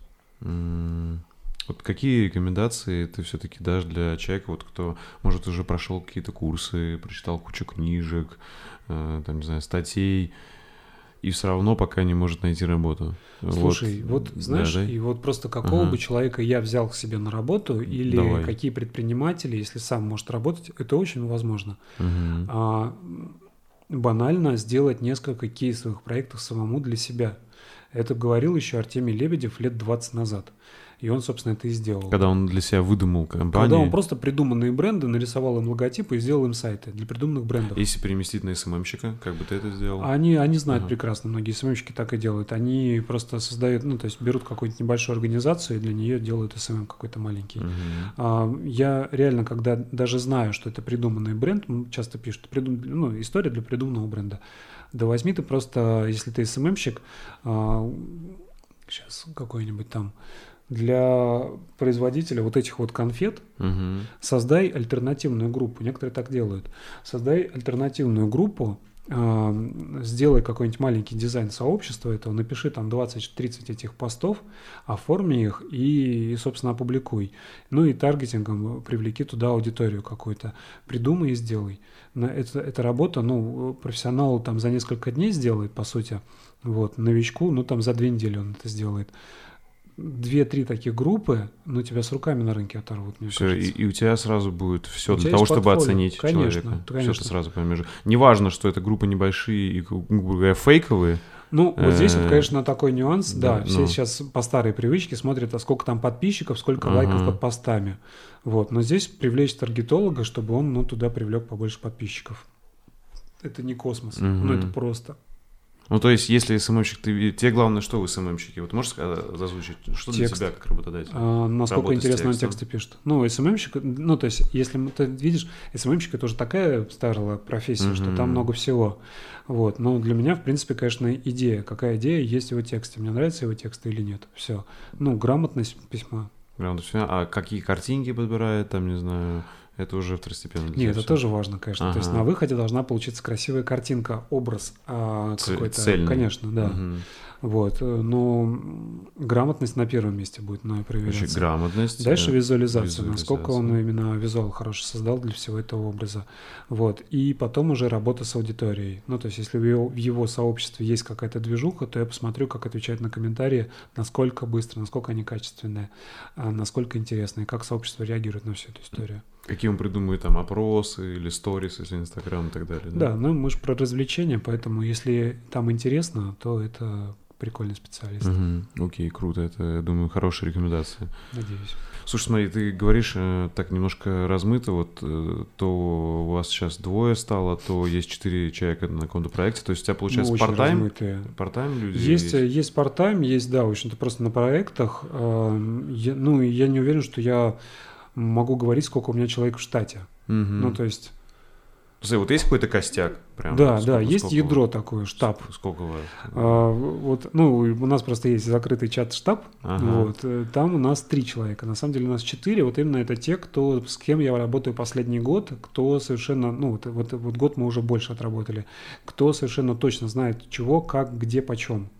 Вот какие рекомендации ты все-таки дашь для человека, вот кто, может, уже прошел какие-то курсы, прочитал кучу книжек, э, там, не знаю, статей, и все равно пока не может найти работу? Слушай, вот, вот знаешь, да, да? и вот просто какого ага. бы человека я взял к себе на работу, или Давай. какие предприниматели, если сам может работать, это очень возможно. Угу. А, банально сделать несколько кейсовых проектов самому для себя. Это говорил еще Артемий Лебедев лет двадцать назад. И он, собственно, это и сделал. Когда он для себя выдумал компанию. Когда он просто придуманные бренды, нарисовал им логотипы и сделал им сайты для придуманных брендов. Если переместить на эс эм эм-щика, как бы ты это сделал? Они, они знают ага. прекрасно, многие эс эм эм-щики так и делают. Они просто создают, ну, то есть берут какую-нибудь небольшую организацию и для нее делают эс эм эм какой-то маленький. Угу. А, я реально, когда даже знаю, что это придуманный бренд, часто пишут, придум... ну, история для придуманного бренда. Да возьми ты просто, если ты эс эм эм-щик, а, сейчас какой-нибудь там, для производителя вот этих вот конфет угу. создай альтернативную группу. Некоторые так делают. Создай альтернативную группу, э, сделай какой-нибудь маленький дизайн сообщества этого, напиши там двадцать-тридцать этих постов, оформи их и, и, собственно, опубликуй. Ну и таргетингом привлеки туда аудиторию какую-то. Придумай и сделай. Это, это работа, ну, профессионалу там за несколько дней сделает, по сути. Вот, новичку, ну, там за две недели он это сделает. Две-три таких группы, ну, тебя с руками на рынке оторвут, мне все, кажется. И, и у тебя сразу будет все У для тебя того, есть чтобы портфолио. оценить Конечно, человека. конечно. Все ты сразу поймешь. Неважно, что это группы небольшие и, грубо говоря, фейковые. Ну, вот здесь вот, конечно, такой нюанс. Да, Да, все ну. сейчас по старой привычке смотрят, а сколько там подписчиков, сколько Ага. лайков под постами. Вот. Но здесь привлечь таргетолога, чтобы он, ну, туда привлек побольше подписчиков. Это не космос, Мгм. ну, это просто. Ну, то есть, если эс эм эм-щик, ты, тебе главное, что в эс эм эм-щике? Вот можешь сказать, озвучить, что для Текст. тебя как работодатель? А, насколько Работать с интересно он текстом. тексты пишет. Ну, эс эм эм-щик, ну, то есть, если мы- ты видишь, эс эм эм-щик это уже такая старая профессия, Мгм. что там много всего. Вот. Но для меня, в принципе, конечно, идея. Какая идея есть в его тексте? Мне нравятся его тексты или нет? Все. Ну, грамотность письма. Грамотно всё. А какие картинки подбирает, там, не знаю, это уже второстепенно. для Нет, тебя это всё. тоже важно, конечно. То есть Ага. на выходе должна получиться красивая картинка, образ а, Цель- какой-то. цельный. Конечно, да. Мгм. Вот. Но грамотность на первом месте будет мной Короче, проверяться. грамотность. Дальше э, визуализация, насколько он визуализация. именно визуал хороший создал для всего этого образа. Вот. И потом уже работа с аудиторией. Ну, то есть, если в его, в его сообществе есть какая-то движуха, то я посмотрю, как отвечать на комментарии, насколько быстро, насколько они качественные, а насколько интересные, как сообщество реагирует на всю эту историю. Какие он придумывает там опросы или сторис, если Инстаграм и так далее. Да, ну мы же про развлечения, поэтому если там интересно, то это прикольный специалист. Мгм. Окей, круто. Это, я думаю, хорошая рекомендация. Надеюсь. Слушай, смотри, ты говоришь э, так немножко размыто, вот э, то у вас сейчас двое стало, то есть четыре человека на каком-то проекте, то есть у тебя получается Ну, очень part-time, размытые. part-time люди Есть, есть part-time, есть, да, в общем-то, просто на проектах. Э, я- ну, и я не уверен, что я могу говорить, сколько у меня человек в штате. Мгм. Ну, то есть, Смотри, вот есть какой-то костяк? Прям, да, сколько- да, есть сколько ядро вы- такое, штаб. Сколько вы? А, вот, ну, у нас просто есть закрытый чат штаб, Ага. вот, э, там у нас три человека, на самом деле у нас четыре, вот именно это те, кто, с кем я работаю последний год, кто совершенно, ну, вот, вот, вот год мы уже больше отработали, кто совершенно точно знает чего, как, где, почем.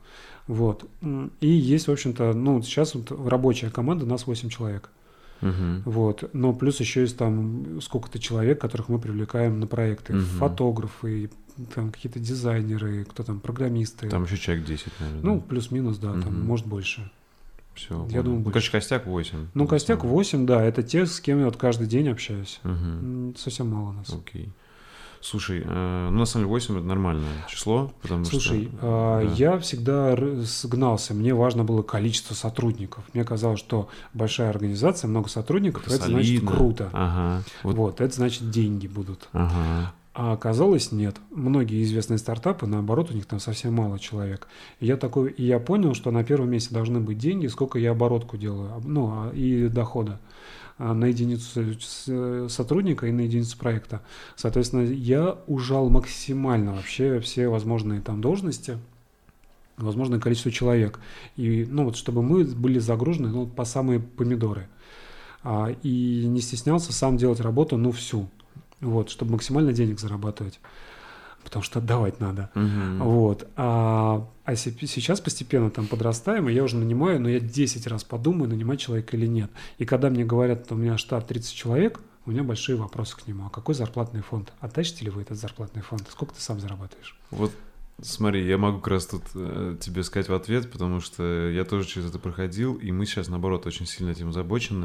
Вот. И есть, в общем-то, ну, сейчас вот рабочая команда, у нас восемь человек. Угу. Вот. Но плюс еще есть там сколько-то человек, которых мы привлекаем на проекты. Угу. Фотографы, там какие-то дизайнеры, кто там, программисты. Там еще человек десять, наверное. Ну, плюс-минус, да, угу. там, может, больше. Все. Я думаю, ну, больше. конечно, костяк восемь. Ну, костяк восемь, да, это те, с кем я вот каждый день общаюсь. Угу. Совсем мало нас. Окей. Слушай, э, ну, на самом деле восемь — это нормальное число, потому Слушай, что... э, да. я всегда сгнался, мне важно было количество сотрудников. Мне казалось, что большая организация, много сотрудников, это, это значит круто. Ага. Вот. вот, это значит деньги будут. Ага. А оказалось, нет. Многие известные стартапы, наоборот, у них там совсем мало человек. И я такой, и я понял, что на первом месте должны быть деньги, сколько я оборотку делаю, ну, и дохода на единицу сотрудника и на единицу проекта. Соответственно, я ужал максимально вообще все возможные там должности, возможное количество человек. И, ну, вот, чтобы мы были загружены, ну, по самые помидоры. А, и не стеснялся сам делать работу, ну, всю. Вот, чтобы максимально денег зарабатывать. Потому что отдавать надо. Угу. Вот. А, а сейчас постепенно там подрастаем, и я уже нанимаю, но я десять раз подумаю, нанимать человека или нет. И когда мне говорят, что у меня штат тридцать человек, у меня большие вопросы к нему. А какой зарплатный фонд? Оттащите ли вы этот зарплатный фонд? Сколько ты сам зарабатываешь? Вот смотри, я могу как раз тут э, тебе сказать в ответ, потому что я тоже через это проходил, и мы сейчас, наоборот, очень сильно этим озабочены.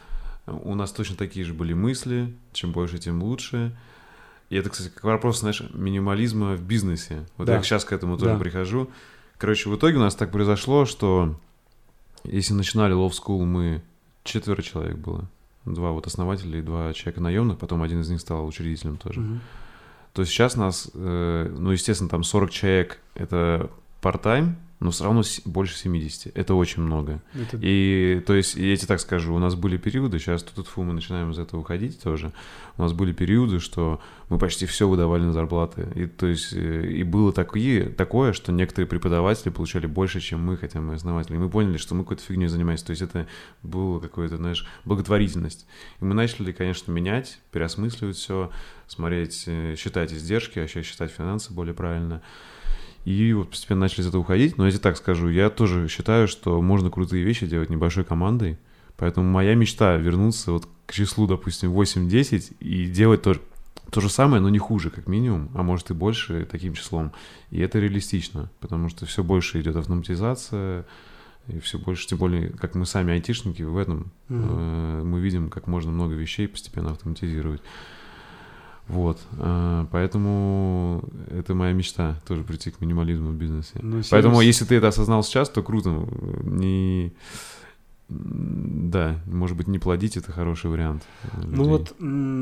У нас точно такие же были мысли, чем больше, тем лучше. И это, кстати, как вопрос, знаешь, минимализма в бизнесе. Вот да. я сейчас к этому тоже да. прихожу. Короче, в итоге у нас так произошло, что если начинали Love School, мы четверо человек было. Два вот основателя и два человека наемных, потом один из них стал учредителем тоже. Угу. То сейчас нас, э, ну, естественно, там сорок человек — это part-time, но все равно больше семидесяти. Это очень много. Это... И, то есть, я тебе так скажу, у нас были периоды, сейчас тут фу, мы начинаем из этого уходить тоже, у нас были периоды, что мы почти все выдавали на зарплаты. И, то есть, и было такие, такое, что некоторые преподаватели получали больше, чем мы, хотя мы основатели. И мы поняли, что мы какой-то фигней занимаемся. То есть, это было какое-то, знаешь, благотворительность. И мы начали, конечно, менять, переосмысливать все, смотреть, считать издержки, вообще считать финансы более правильно. И вот постепенно начали из этого уходить. Но я тебе так скажу, я тоже считаю, что можно крутые вещи делать небольшой командой. Поэтому моя мечта вернуться вот к числу, допустим, восемь-десять и делать то, то же самое, но не хуже, как минимум, а может и больше таким числом. И это реалистично, потому что все больше идет автоматизация, и все больше, тем более, как мы сами айтишники, в этом mm-hmm. э, мы видим, как можно много вещей постепенно автоматизировать. Вот, поэтому это моя мечта, тоже прийти к минимализму в бизнесе. Ну, поэтому, если ты это осознал сейчас, то круто. Не... Да, может быть, не плодить — это хороший вариант. Ну вот,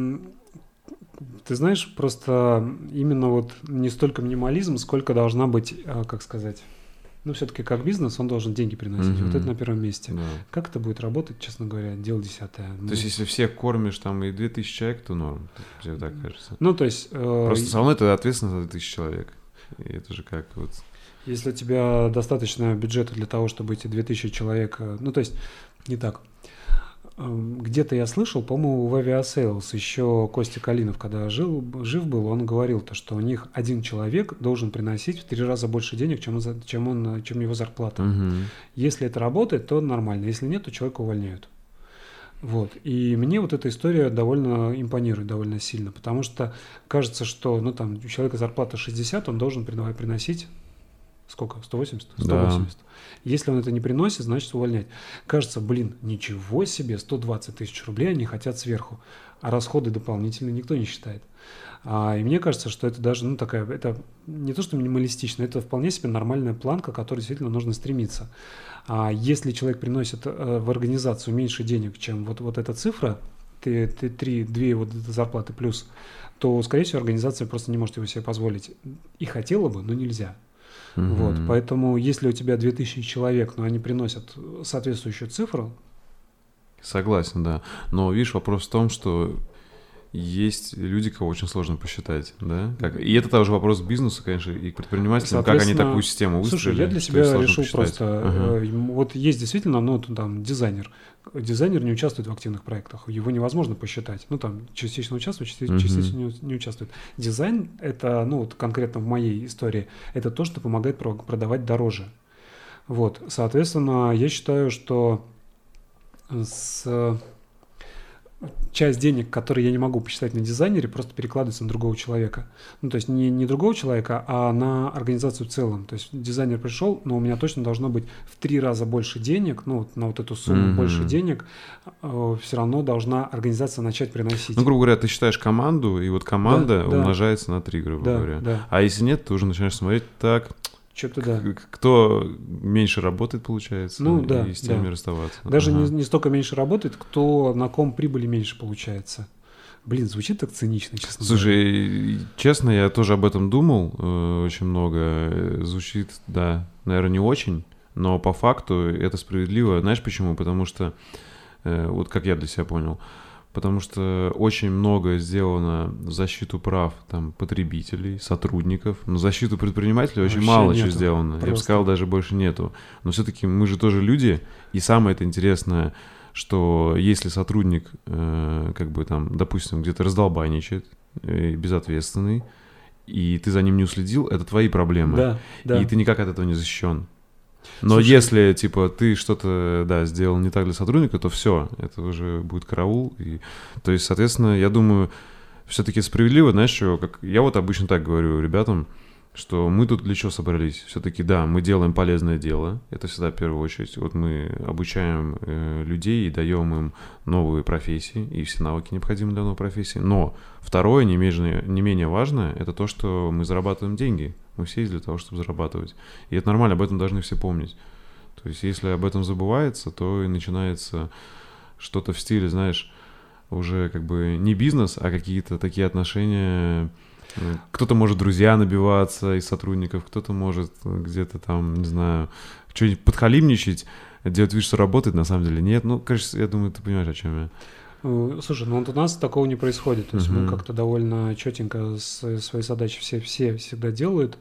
ты знаешь, просто именно вот не столько минимализм, сколько должна быть, как сказать... Ну, все-таки как бизнес, он должен деньги приносить. Mm-hmm. Вот это на первом месте. Да. Как это будет работать, честно говоря, дело десятое. То есть, если всех кормишь там и две тысячи человек, то норм, тебе так кажется. Ну, то есть... Э... Просто все равно это ответственность за две тысячи человек. И это же как вот... Если у тебя достаточно бюджета для того, чтобы эти две тысячи человек... Ну, то есть, не так. Где-то я слышал, по-моему, в Aviasales еще Костя Калинов, когда жил, жив был, он говорил, то, что у них один человек должен приносить в три раза больше денег, чем, он, чем, он, чем его зарплата. Угу. Если это работает, то нормально. Если нет, то человека увольняют. Вот. И мне вот эта история довольно импонирует, довольно сильно, потому что кажется, что ну, там, у человека зарплата шестьдесят, он должен приносить... Сколько? сто восемьдесят? сто восемьдесят. Да. Если он это не приносит, значит увольнять. Кажется, блин, ничего себе, сто двадцать тысяч рублей они хотят сверху, а расходы дополнительные никто не считает. А, и мне кажется, что это даже, ну, такая, это не то, что минималистично, это вполне себе нормальная планка, к которой действительно нужно стремиться. А если человек приносит э, в организацию меньше денег, чем вот, вот эта цифра, ты, ты три, две вот зарплаты плюс, то, скорее всего, организация просто не может его себе позволить. И хотела бы, но нельзя. Mm-hmm. Вот, поэтому, если у тебя две тысячи человек, но они приносят соответствующую цифру... Согласен, да. Но, видишь, вопрос в том, что есть люди, кого очень сложно посчитать, да? Как... И это тоже вопрос к бизнесу, конечно, и к предпринимателям, как они такую систему выстроили. Слушай, я для себя решил просто... Uh-huh. Вот есть действительно, ну, там, дизайнер. Дизайнер не участвует в активных проектах, его невозможно посчитать. Ну, там, частично участвует, частично, uh-huh. частично не, не участвует. Дизайн — это, ну, вот конкретно в моей истории, это то, что помогает продавать дороже. Вот, соответственно, я считаю, что с... часть денег, которые я не могу посчитать на дизайнере, просто перекладывается на другого человека. Ну, то есть не, не другого человека, а на организацию в целом. То есть дизайнер пришел, но у меня точно должно быть в три раза больше денег, ну, вот на вот эту сумму mm-hmm. больше денег, э, все равно должна организация начать приносить. Ну, грубо говоря, ты считаешь команду, и вот команда да, умножается да. на три, грубо да, говоря. Да. А если нет, ты уже начинаешь смотреть так... Что-то да. Кто меньше работает, получается, ну, и да, с теми да. расставаться. Даже ага. не, не столько меньше работает, кто на ком прибыли меньше получается. Блин, звучит так цинично, честно Слушай, говоря. честно, я тоже об этом думал э, очень много. Звучит, да, наверное, не очень, но по факту это справедливо. Знаешь почему? Потому что, э, вот как я для себя понял, потому что очень много сделано в защиту прав там, потребителей, сотрудников, но в защиту предпринимателей очень Вообще мало нету. чего сделано. Просто. Я бы сказал, даже больше нету. Но все-таки мы же тоже люди, и самое это интересное, что если сотрудник, э, как бы там, допустим, где-то раздолбайничает, э, безответственный, и ты за ним не уследил, это твои проблемы. Да, да. И ты никак от этого не защищен. Но Слушай, если, типа, ты что-то, да, сделал не так для сотрудника, то все, это уже будет караул. И... То есть, соответственно, я думаю, все-таки справедливо, знаешь, что, как я вот обычно так говорю ребятам, что мы тут для чего собрались? Все-таки, да, мы делаем полезное дело, это всегда в первую очередь. Вот мы обучаем э, людей и даем им новые профессии и все навыки необходимые для новой профессии. Но второе, не менее, не менее важное, это то, что мы зарабатываем деньги. Мы все есть для того, чтобы зарабатывать. И это нормально, об этом должны все помнить. То есть, если об этом забывается, то и начинается что-то в стиле, знаешь, уже как бы не бизнес, а какие-то такие отношения. Кто-то может друзья набиваться из сотрудников, кто-то может где-то там, не знаю, что-нибудь подхалимничать, делать вид, что работает, на самом деле нет. Ну, конечно, я думаю, ты понимаешь, о чем я. Слушай, ну вот у нас такого не происходит. То есть Uh-huh. мы как-то довольно четенько свои задачи все, все всегда делают.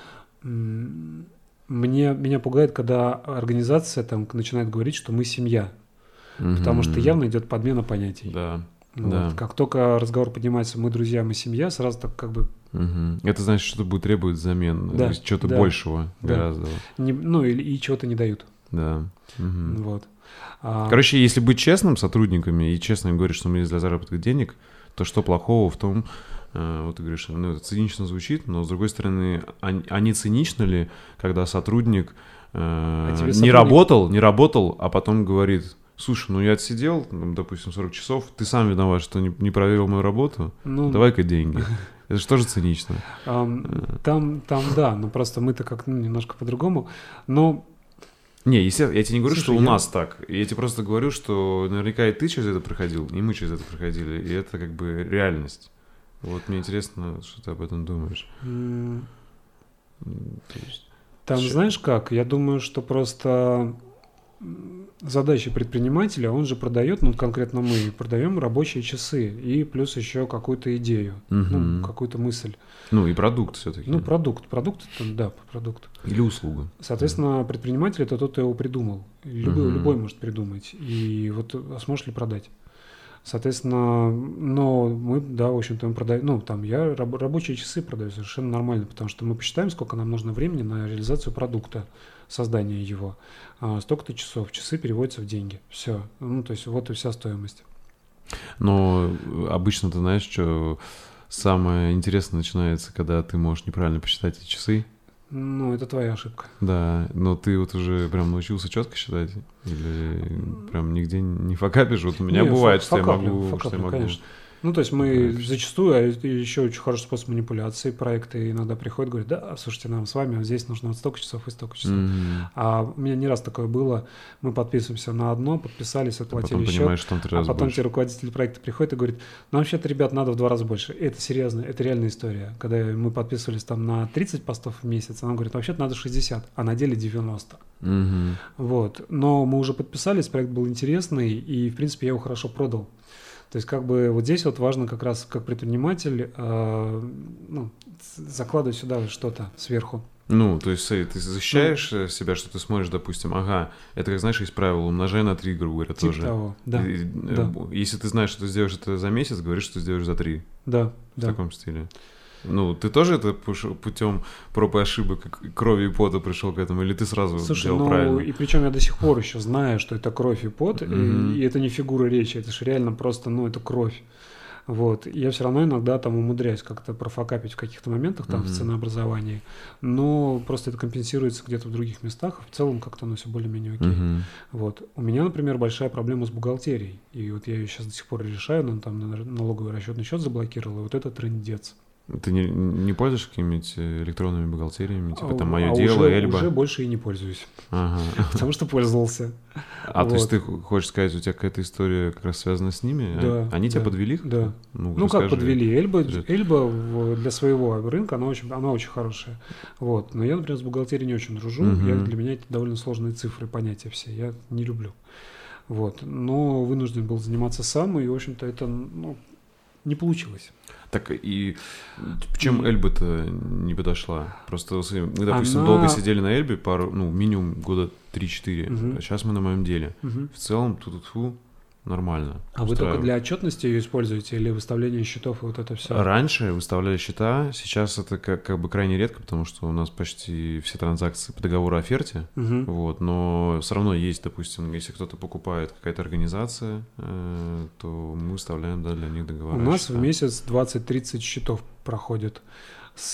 Мне, меня пугает, когда организация там начинает говорить, что мы семья. Uh-huh. Потому что явно идет подмена понятий. Да. Вот. Да. Как только разговор поднимается, мы друзья, мы семья, сразу так как бы... Угу. Это значит, что будет требовать замен, да, чего-то да, большего да. гораздо. Не, ну, и, и чего-то не дают. Да. Угу. Вот. А... Короче, если быть честным с сотрудниками и честно им говорить, что мы здесь для заработка денег, то что плохого в том, э, вот ты говоришь, ну, это цинично звучит, но с другой стороны, они, они циничны ли, когда сотрудник, э, а не сотрудник... работал, не работал, а потом говорит... Слушай, ну я отсидел, допустим, сорок часов, ты сам виноват, что не, не проверил мою работу, ну, давай-ка деньги. Это же тоже цинично. Um, там, там, да, но просто мы-то как ну, немножко по-другому. Но... Не, если, я тебе не говорю, Слушай, что у я... нас так. Я тебе просто говорю, что наверняка и ты через это проходил, и мы через это проходили, и это как бы реальность. Вот мне интересно, что ты об этом думаешь. Mm. Есть... Там, Сейчас. Знаешь как, я думаю, что просто... Задача предпринимателя, он же продает, ну конкретно мы продаем рабочие часы и плюс еще какую-то идею, угу. ну, какую-то мысль. Ну и продукт все-таки. Ну продукт, продукт, да, продукт. Или услуга. Соответственно, предприниматель это тот, кто его придумал. Любой, угу. любой может придумать. И вот а сможешь ли продать? Соответственно, но мы, да, в общем-то, мы продаем, ну там я раб, рабочие часы продаю совершенно нормально, потому что мы посчитаем, сколько нам нужно времени на реализацию продукта, создание его. А, столько-то часов, часы переводятся в деньги. Все. Ну, то есть вот и вся стоимость. Но обычно ты знаешь, что самое интересное начинается, когда ты можешь неправильно посчитать эти часы. Ну, это твоя ошибка. Да, но ты вот уже прям научился четко считать? Или прям нигде не факапишь? Вот у меня не, бывает, фак, что, я могу, факаплю, что я могу... Конечно. Ну, то есть мы Правильно. Зачастую, а еще очень хороший способ манипуляции, проекты иногда приходят, говорят, да, слушайте, нам с вами здесь нужно вот столько часов и столько часов. Mm-hmm. А у меня не раз такое было, мы подписываемся на одно, подписались, отплатили счет, что он три раза а потом больше. тебе руководитель проекта приходит и говорит, ну, вообще-то, ребят, надо в два раза больше. И это серьезно, это реальная история. Когда мы подписывались там на тридцать постов в месяц, она говорит, вообще-то надо шестьдесят, а на деле девяносто. Mm-hmm. Вот. Но мы уже подписались, проект был интересный, и, в принципе, я его хорошо продал. То есть как бы вот здесь вот важно как раз как предприниматель э, ну, закладывать сюда что-то сверху. Ну, то есть ты защищаешь ну, себя, что ты смотришь, допустим, ага, это как, знаешь, есть правило, умножай на три, грубо говоря, типа тоже. того, да, и, да. Если ты знаешь, что ты сделаешь это за месяц, говоришь, что ты сделаешь за три. Да, В да. таком стиле. Ну, ты тоже это путем проб и ошибок, крови и пота пришел к этому, или ты сразу Слушай, делал ну, правильно? И причем я до сих пор еще знаю, что это кровь и пот, Mm-hmm. и, и это не фигура речи, это же реально просто, ну, это кровь. Вот. Я все равно иногда там умудряюсь как-то профокапить в каких-то моментах там mm-hmm. в ценообразовании, но просто это компенсируется где-то в других местах, в целом как-то оно все более-менее окей. Mm-hmm. Вот. У меня, например, большая проблема с бухгалтерией, и вот я ее сейчас до сих пор решаю, но там налоговый расчетный счет заблокировал, и вот это трындец. Ты не, не пользуешься какими-нибудь электронными бухгалтериями, типа там «Мое а дело», уже, «Эльба»? Уже больше и не пользуюсь, ага. потому что пользовался. А вот. То есть ты хочешь сказать, у тебя какая-то история как раз связана с ними? Да. Они да, тебя подвели? Да. Ну, ну как подвели? Эльба, Эльба для своего рынка, она очень, она очень хорошая. Вот. Но я, например, с бухгалтерией не очень дружу. Угу. Я, для меня это довольно сложные цифры, понятия все. Я не люблю. Вот. Но вынужден был заниматься сам, и, в общем-то, это ну, не получилось. Так и чем и... Эльба-то не подошла? Просто мы, допустим, Она... долго сидели на Эльбе, пару, ну, минимум года три-четыре. Угу. А сейчас мы на моем деле. Угу. В целом, ту-ту-ту, нормально. А вы только для отчетности ее используете или выставления счетов и вот это все? Раньше выставляли счета, сейчас это как, как бы крайне редко, потому что у нас почти все транзакции по договору о оферте, угу. вот, но все равно есть, допустим, если кто-то покупает какая-то организация, э, то мы выставляем, да, для них договора. У нас счета. в месяц двадцать-тридцать счетов проходит с,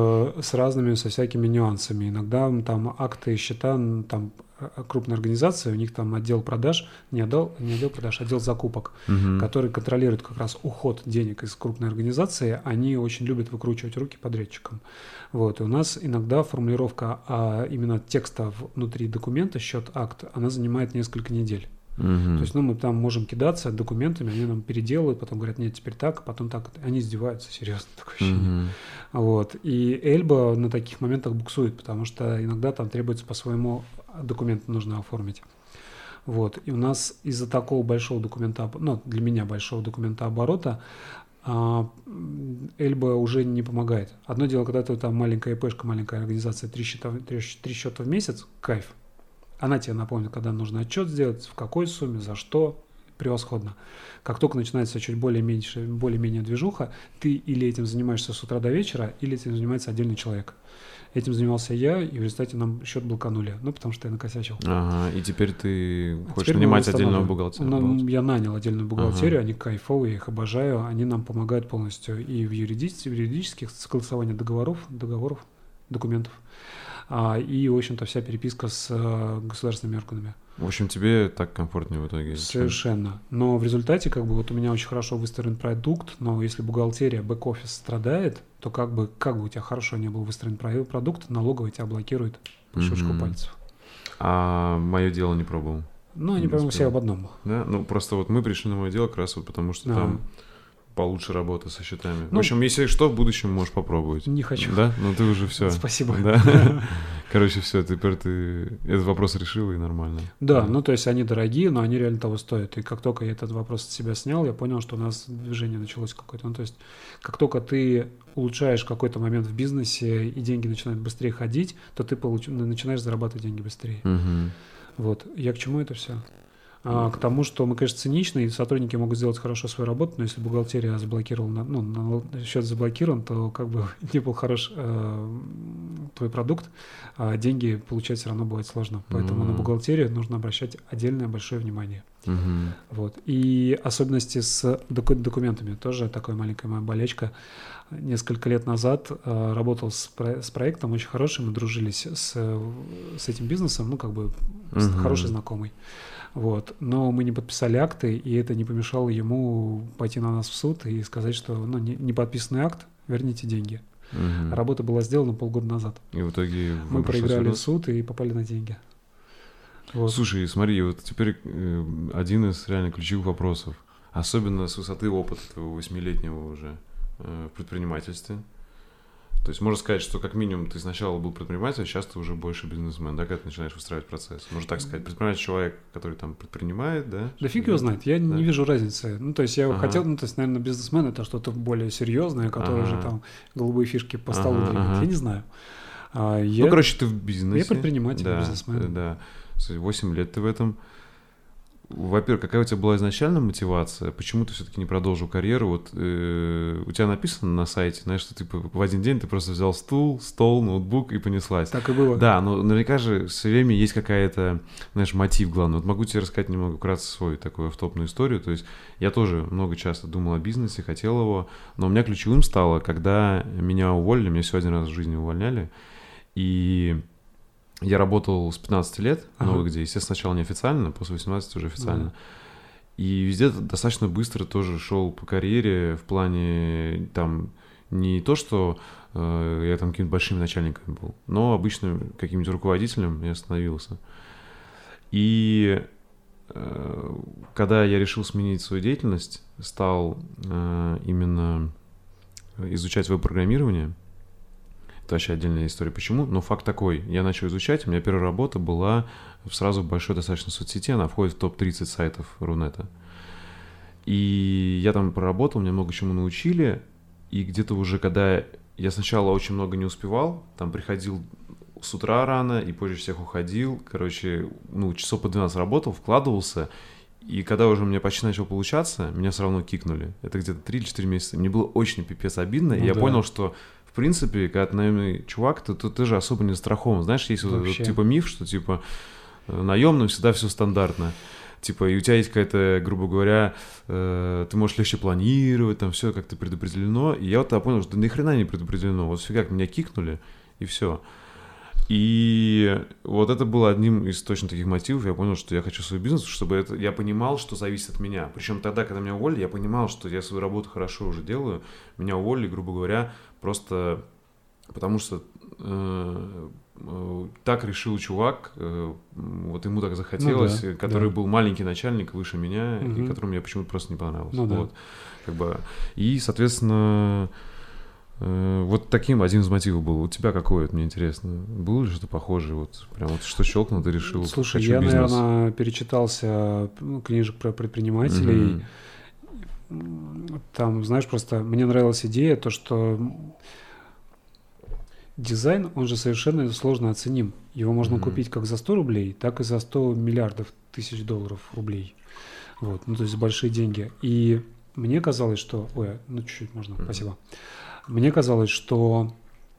с разными, со всякими нюансами. Иногда там акты и счета, там крупная организация, у них там отдел продаж, не отдел, не отдел продаж, отдел закупок, угу. который контролирует как раз уход денег из крупной организации, они очень любят выкручивать руки подрядчикам. Вот. И у нас иногда формулировка а именно текста внутри документа, счет-акт, она занимает несколько недель. Uh-huh. То есть, ну, мы там можем кидаться документами, они нам переделывают, потом говорят, нет, теперь так, потом так. Они издеваются, серьезно, такое ощущение. Uh-huh. Вот. И Эльба на таких моментах буксует, потому что иногда там требуется по своему документу нужно оформить. Вот. И у нас из-за такого большого документа, ну, для меня большого документа оборота, Эльба уже не помогает. Одно дело, когда ты там маленькая ИПшка, маленькая организация, три счета, три, три счета в месяц, кайф. Она тебе напомнит, когда нужно отчет сделать, в какой сумме, за что, превосходно. Как только начинается чуть более-менее, более-менее движуха, ты или этим занимаешься с утра до вечера, или этим занимается отдельный человек. Этим занимался я, и в результате нам счет блоканули, ну, потому что я накосячил. Ага, и теперь ты а хочешь теперь нанимать отдельного бухгалтера? Ну, я нанял отдельную бухгалтерию, ага. Они кайфовые, я их обожаю, они нам помогают полностью и в, юридических, в юридических согласованиях договоров, договоров, документов, а, и, в общем-то, вся переписка с а, государственными органами. В общем, тебе так комфортнее в итоге? Совершенно. Но в результате, как бы, вот у меня очень хорошо выстроен продукт, но если бухгалтерия, бэк-офис страдает, то как бы, как бы у тебя хорошо не был выстроен продукт, налоговый тебя блокирует по щелчку mm-hmm. пальцев. А мое дело не пробовал? Ну, они, по-моему, все об одном. Да? Ну, просто вот мы пришли на мое дело как раз вот потому, что а. там получше работа со счетами. Ну, в общем, если что, в будущем можешь попробовать. Не хочу. Да? Ну, ты уже все. Спасибо. Да? Короче, все, теперь ты этот вопрос решил, и нормально. Да, ну, то есть они дорогие, но они реально того стоят. И как только я этот вопрос от себя снял, я понял, что у нас движение началось какое-то. Ну, то есть как только ты улучшаешь какой-то момент в бизнесе, и деньги начинают быстрее ходить, то ты получ... начинаешь зарабатывать деньги быстрее. Угу. Вот. Я к чему это все? А, к тому, что мы, конечно, циничны, и сотрудники могут сделать хорошо свою работу, но если бухгалтерия заблокирована, ну, счет заблокирован, то как бы не был хорош э, твой продукт, а деньги получать все равно бывает сложно. Поэтому mm-hmm. на бухгалтерию нужно обращать отдельное большое внимание. Mm-hmm. Вот. И особенности с доку- документами, тоже такая маленькая моя болячка. Несколько лет назад э, работал с, про- с проектом очень хорошим, мы дружились с, с этим бизнесом, ну, как бы mm-hmm. хороший знакомый. Вот. Но мы не подписали акты, и это не помешало ему пойти на нас в суд и сказать, что ну, не, не подписанный акт, верните деньги. Угу. Работа была сделана полгода назад. И в итоге мы проиграли в суд и попали на деньги. Вот. Слушай, смотри, вот теперь э, один из реально ключевых вопросов, особенно с высоты опыта твоего восьмилетнего уже э, в предпринимательстве. То есть можно сказать, что как минимум ты сначала был предприниматель, сейчас ты уже больше бизнесмен, да, когда ты начинаешь выстраивать процесс. Можно так сказать, предприниматель человек, который там предпринимает, да? Да фиг его знает, я да. не вижу разницы. Ну, то есть я ага. хотел, ну, то есть, наверное, бизнесмен это что-то более серьезное, которое ага. уже там голубые фишки по столу ага, двигает, ага. я не знаю. А, я... Ну, короче, ты в бизнесе. Я предприниматель, да, бизнесмен. Да, восемь лет ты в этом. во-первых, какая у тебя была изначальная мотивация? Почему ты все-таки не продолжил карьеру? Вот э, у тебя написано на сайте, знаешь, что типа в один день ты просто взял стул, стол, ноутбук и понеслась. Так и было. Да, но наверняка же все время есть какая-то, знаешь, мотив главный. Вот могу тебе рассказать немного вкратце свою такую автопную историю. То есть я тоже много часто думал о бизнесе, хотел его, но у меня ключевым стало, когда меня уволили, меня всего один раз в жизни увольняли, и я работал с пятнадцати лет много ага. где, естественно, сначала неофициально, после восемнадцати уже официально. Да. И везде достаточно быстро тоже шел по карьере в плане там не то, что э, я там какими-то большими начальниками был, но обычным каким-нибудь руководителем я становился. И э, когда я решил сменить свою деятельность, стал э, именно изучать веб-программирование. Это вообще отдельная история. Почему? Но факт такой. Я начал изучать, у меня первая работа была сразу в большой достаточно соцсети, она входит в топ тридцать сайтов Рунета. И я там проработал, меня много чему научили, и где-то уже, когда я сначала очень много не успевал, там приходил с утра рано и позже всех уходил, короче, ну, часов по двенадцать работал, вкладывался, и когда уже у меня почти начало получаться, меня все равно кикнули. Это где-то три или четыре месяца. Мне было очень пипец обидно, ну, и я да. понял, что в принципе, когда ты наемный чувак, то, то ты же особо не застрахован. Знаешь, есть вот этот типа миф, что типа наемным всегда все стандартно. Типа, и у тебя есть какая-то, грубо говоря, э, ты можешь легче планировать, там все как-то предопределено. И я вот тогда понял, что ни хрена не предопределено. Вот фигак меня кикнули, и все. И вот это было одним из точно таких мотивов. Я понял, что я хочу свой бизнес, чтобы это... я понимал, что зависит от меня. Причем тогда, когда меня уволили, я понимал, что я свою работу хорошо уже делаю. Меня уволили, грубо говоря, просто потому что э, э, так решил чувак, э, вот ему так захотелось, ну, да, который да. был маленький начальник выше меня, угу. и которому я почему-то просто не понравился. Ну, вот, да. как бы, и, соответственно... Вот таким один из мотивов был. У тебя какой, это мне интересно. Было ли что-то похожее? Вот прям вот что щелкнул, ты решил, слушай, хочу я, бизнес. наверное, перечитался ну, книжек про предпринимателей. Mm-hmm. Там, знаешь, просто мне нравилась идея, то, что дизайн, он же совершенно сложно оценим. Его можно mm-hmm. купить как за сто рублей, так и за сто миллиардов тысяч долларов рублей. Вот, ну то есть большие деньги. И мне казалось, что... Ой, ну чуть-чуть можно, mm-hmm. спасибо. Мне казалось, что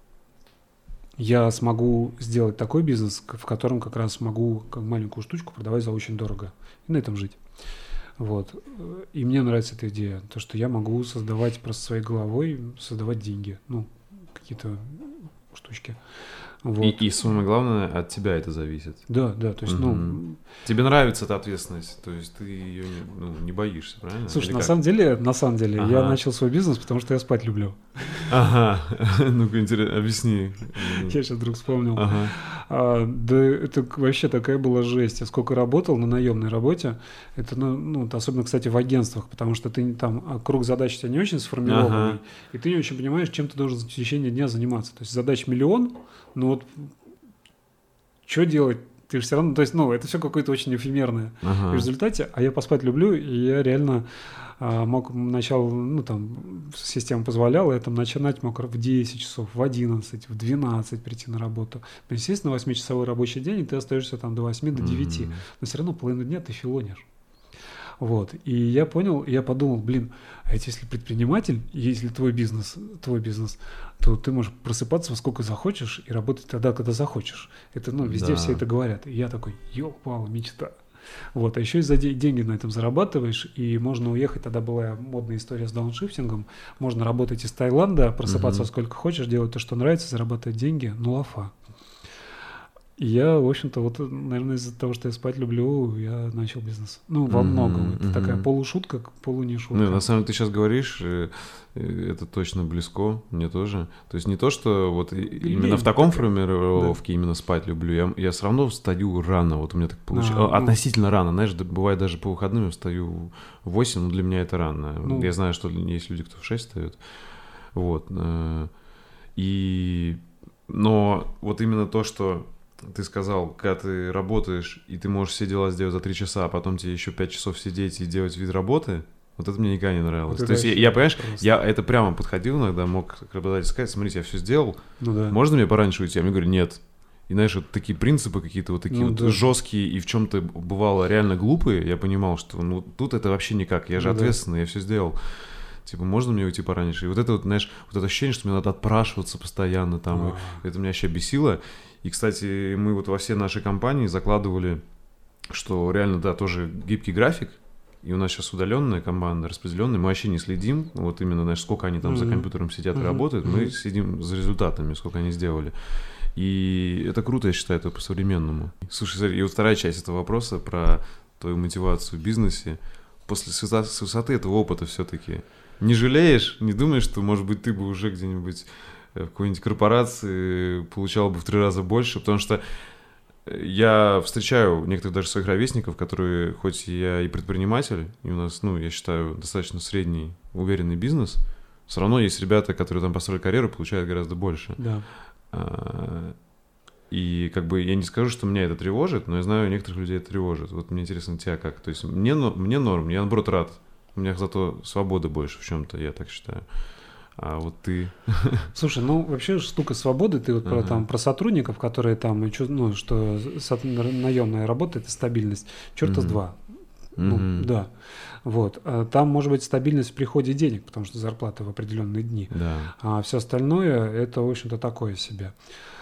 я смогу сделать такой бизнес, в котором как раз могу как маленькую штучку продавать за очень дорого и на этом жить. Вот. И мне нравится эта идея, то, что я могу создавать просто своей головой, создавать деньги, ну, какие-то штучки. Вот. И, и самое главное, от тебя это зависит. Да, да, то есть, угу. ну... Тебе нравится эта ответственность, то есть ты ее не, ну, не боишься, правильно? Слушай, Или на как? самом деле, на самом деле, ага. я начал свой бизнес, потому что я спать люблю. Ага, ну-ка, интересно, объясни. Я сейчас вдруг вспомнил. Ага. А, да это вообще такая была жесть. Я сколько работал на наемной работе, это, ну, ну особенно, кстати, в агентствах, потому что ты там, круг задач у тебя не очень сформированный, ага. и ты не очень понимаешь, чем ты должен в течение дня заниматься. То есть задач миллион, ну вот, что делать? Ты же все равно, то есть, ну, это все какое-то очень эфемерное. Ага. В результате, а я поспать люблю, и я реально а, мог начал, ну, там, система позволяла, я там начинать мог в десять часов, в одиннадцать, в двенадцать прийти на работу. Но, естественно, восьмичасовой рабочий день, и ты остаешься там до восьми, до девяти. Mm-hmm. Но все равно половину дня ты филонишь. Вот. И я понял, я подумал, блин, а ведь если предприниматель, если твой бизнес, твой бизнес, то ты можешь просыпаться во сколько захочешь и работать тогда, когда захочешь. Это, ну, везде да. все это говорят. И я такой, ёпал, мечта. Вот. А еще и за деньги на этом зарабатываешь, и можно уехать. Тогда была модная история с дауншифтингом. Можно работать из Таиланда, просыпаться mm-hmm. сколько хочешь, делать то, что нравится, зарабатывать деньги, ну лафа. И я, в общем-то, вот, наверное, из-за того, что я спать люблю, я начал бизнес. Ну, во mm-hmm, многом. Это mm-hmm. такая полушутка, полунешутка. Ну, на самом деле, ты сейчас говоришь, это точно близко мне тоже. То есть не то, что вот и, именно в таком формировке да. именно спать люблю. Я, я все равно встаю рано. Вот у меня так получилось. А, Относительно ну... рано. Знаешь, бывает даже по выходным я встаю в восемь, но для меня это рано. Ну... Я знаю, что есть люди, кто в шесть встает. Вот. И... Но вот именно то, что... Ты сказал, когда ты работаешь, и ты можешь все дела сделать за три часа, а потом тебе еще пять часов сидеть и делать вид работы, вот это мне никогда не нравилось. Вот То есть я, я, понимаешь, просто. я это прямо подходил иногда, мог к работодателю сказать, смотрите, я все сделал, ну, да. можно мне пораньше уйти? А мне говорят, нет. И, знаешь, вот такие принципы какие-то вот такие Ну вот да. жесткие и в чем-то бывало реально глупые, я понимал, что ну тут это вообще никак, я же Ну да. ответственный, я все сделал. Типа, можно мне уйти пораньше? И вот это вот, знаешь, вот это ощущение, что мне надо отпрашиваться постоянно там, и А. это меня вообще бесило. И, кстати, мы вот во все наши компании закладывали, что реально, да, тоже гибкий график, и у нас сейчас удаленная команда, распределенная, мы вообще не следим, вот именно, знаешь, сколько они там Мгм. за компьютером сидят и Мгм. работают, мы Мгм. следим за результатами, сколько они сделали. И это круто, я считаю, это по-современному. Слушай, смотри, и вот вторая часть этого вопроса про твою мотивацию в бизнесе. После с высоты, с высоты этого опыта все-таки не жалеешь, не думаешь, что, может быть, ты бы уже где-нибудь в какой-нибудь корпорации получал бы в три раза больше, потому что я встречаю некоторых даже своих ровесников, которые, хоть я и предприниматель, и у нас, ну, я считаю, достаточно средний, уверенный бизнес, все равно есть ребята, которые там построили карьеру, получают гораздо больше. Да. И как бы я не скажу, что меня это тревожит, но я знаю, некоторых людей это тревожит. Вот мне интересно, тебя как? То есть мне, мне норм, я наоборот рад. У меня зато свободы больше в чем-то, я так считаю. А вот ты... Слушай, ну вообще штука свободы, ты вот про, Ага. там, про сотрудников, которые там, и чё- ну, что со- наемная работа – это стабильность, черта с Мгм. два. Ну, Мгм. да. Вот. А там может быть стабильность в приходе денег, потому что зарплата в определенные дни. Да. А все остальное – это, в общем-то, такое себе.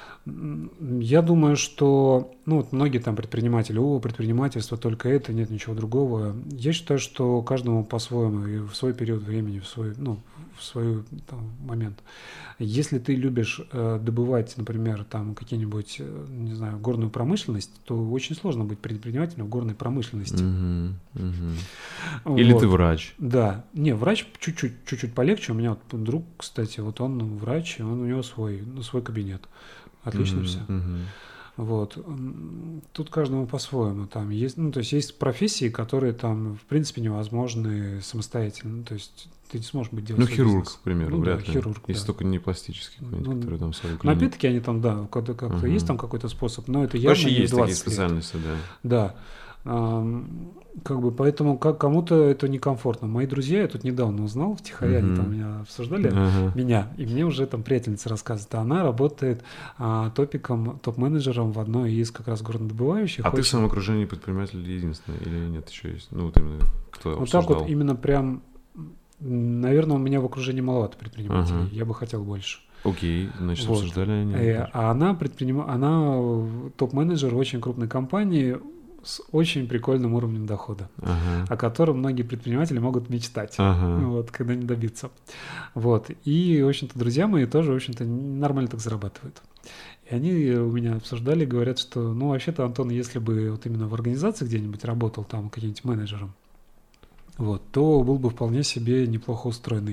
М, Я думаю, что, ну, вот многие там предприниматели, о, предпринимательство только это, нет ничего другого. Я считаю, что каждому по-своему и в свой период времени, в свой, ну, в свой там, момент. Если ты любишь э, добывать, например, там какие-нибудь, э, не знаю, горную промышленность, то очень сложно быть предпринимателем в горной промышленности. Мгм. Мгм. Или Вот. ты врач. Да, не, врач чуть-чуть, чуть-чуть полегче. У меня вот друг, кстати, вот он врач, и он у него свой, ну, свой кабинет. Отлично Мгм. все. Мгм. Вот. М, Тут каждому по-своему. Там есть, ну, то есть есть профессии, которые там, в принципе, невозможны самостоятельно. То есть ты не сможешь быть делать Ну, свой хирург, бизнес. к примеру, Ну да, вряд ли. хирург, Если да. только не пластический какой-нибудь, Ну, который там свою Но клинику. опять-таки они там, да, как-то, как-то Ага. есть там какой-то способ, но это явно Короче, не в есть такие двадцать лет. специальности, да. Да. Ам, Как бы поэтому как, кому-то это некомфортно. Мои друзья, я тут недавно узнал, втихаря они там Мгм. меня обсуждали, Ага. меня, и мне уже там приятельница рассказывает, а она работает а, топиком, топ-менеджером в одной из как раз горнодобывающих. А ты в очень- своем окружении предпринимателей единственный или нет еще есть? Ну, вот именно кто Вот так обсуждал? вот именно прям, м, наверное, у меня в окружении маловато предпринимателей, Ага. я бы хотел больше. Окей, значит, Вот. обсуждали они. Э, А она предприним... она в- топ-менеджер очень крупной компании с очень прикольным уровнем дохода, Ага. о котором многие предприниматели могут мечтать. Ага. Вот, когда не добиться. Вот. И, в общем-то, друзья мои тоже, в общем-то, нормально так зарабатывают. И они у меня обсуждали, говорят, что, ну, вообще-то, Антон, если бы вот именно в организации где-нибудь работал, там, каким-нибудь менеджером, вот, то был бы вполне себе неплохо устроенный.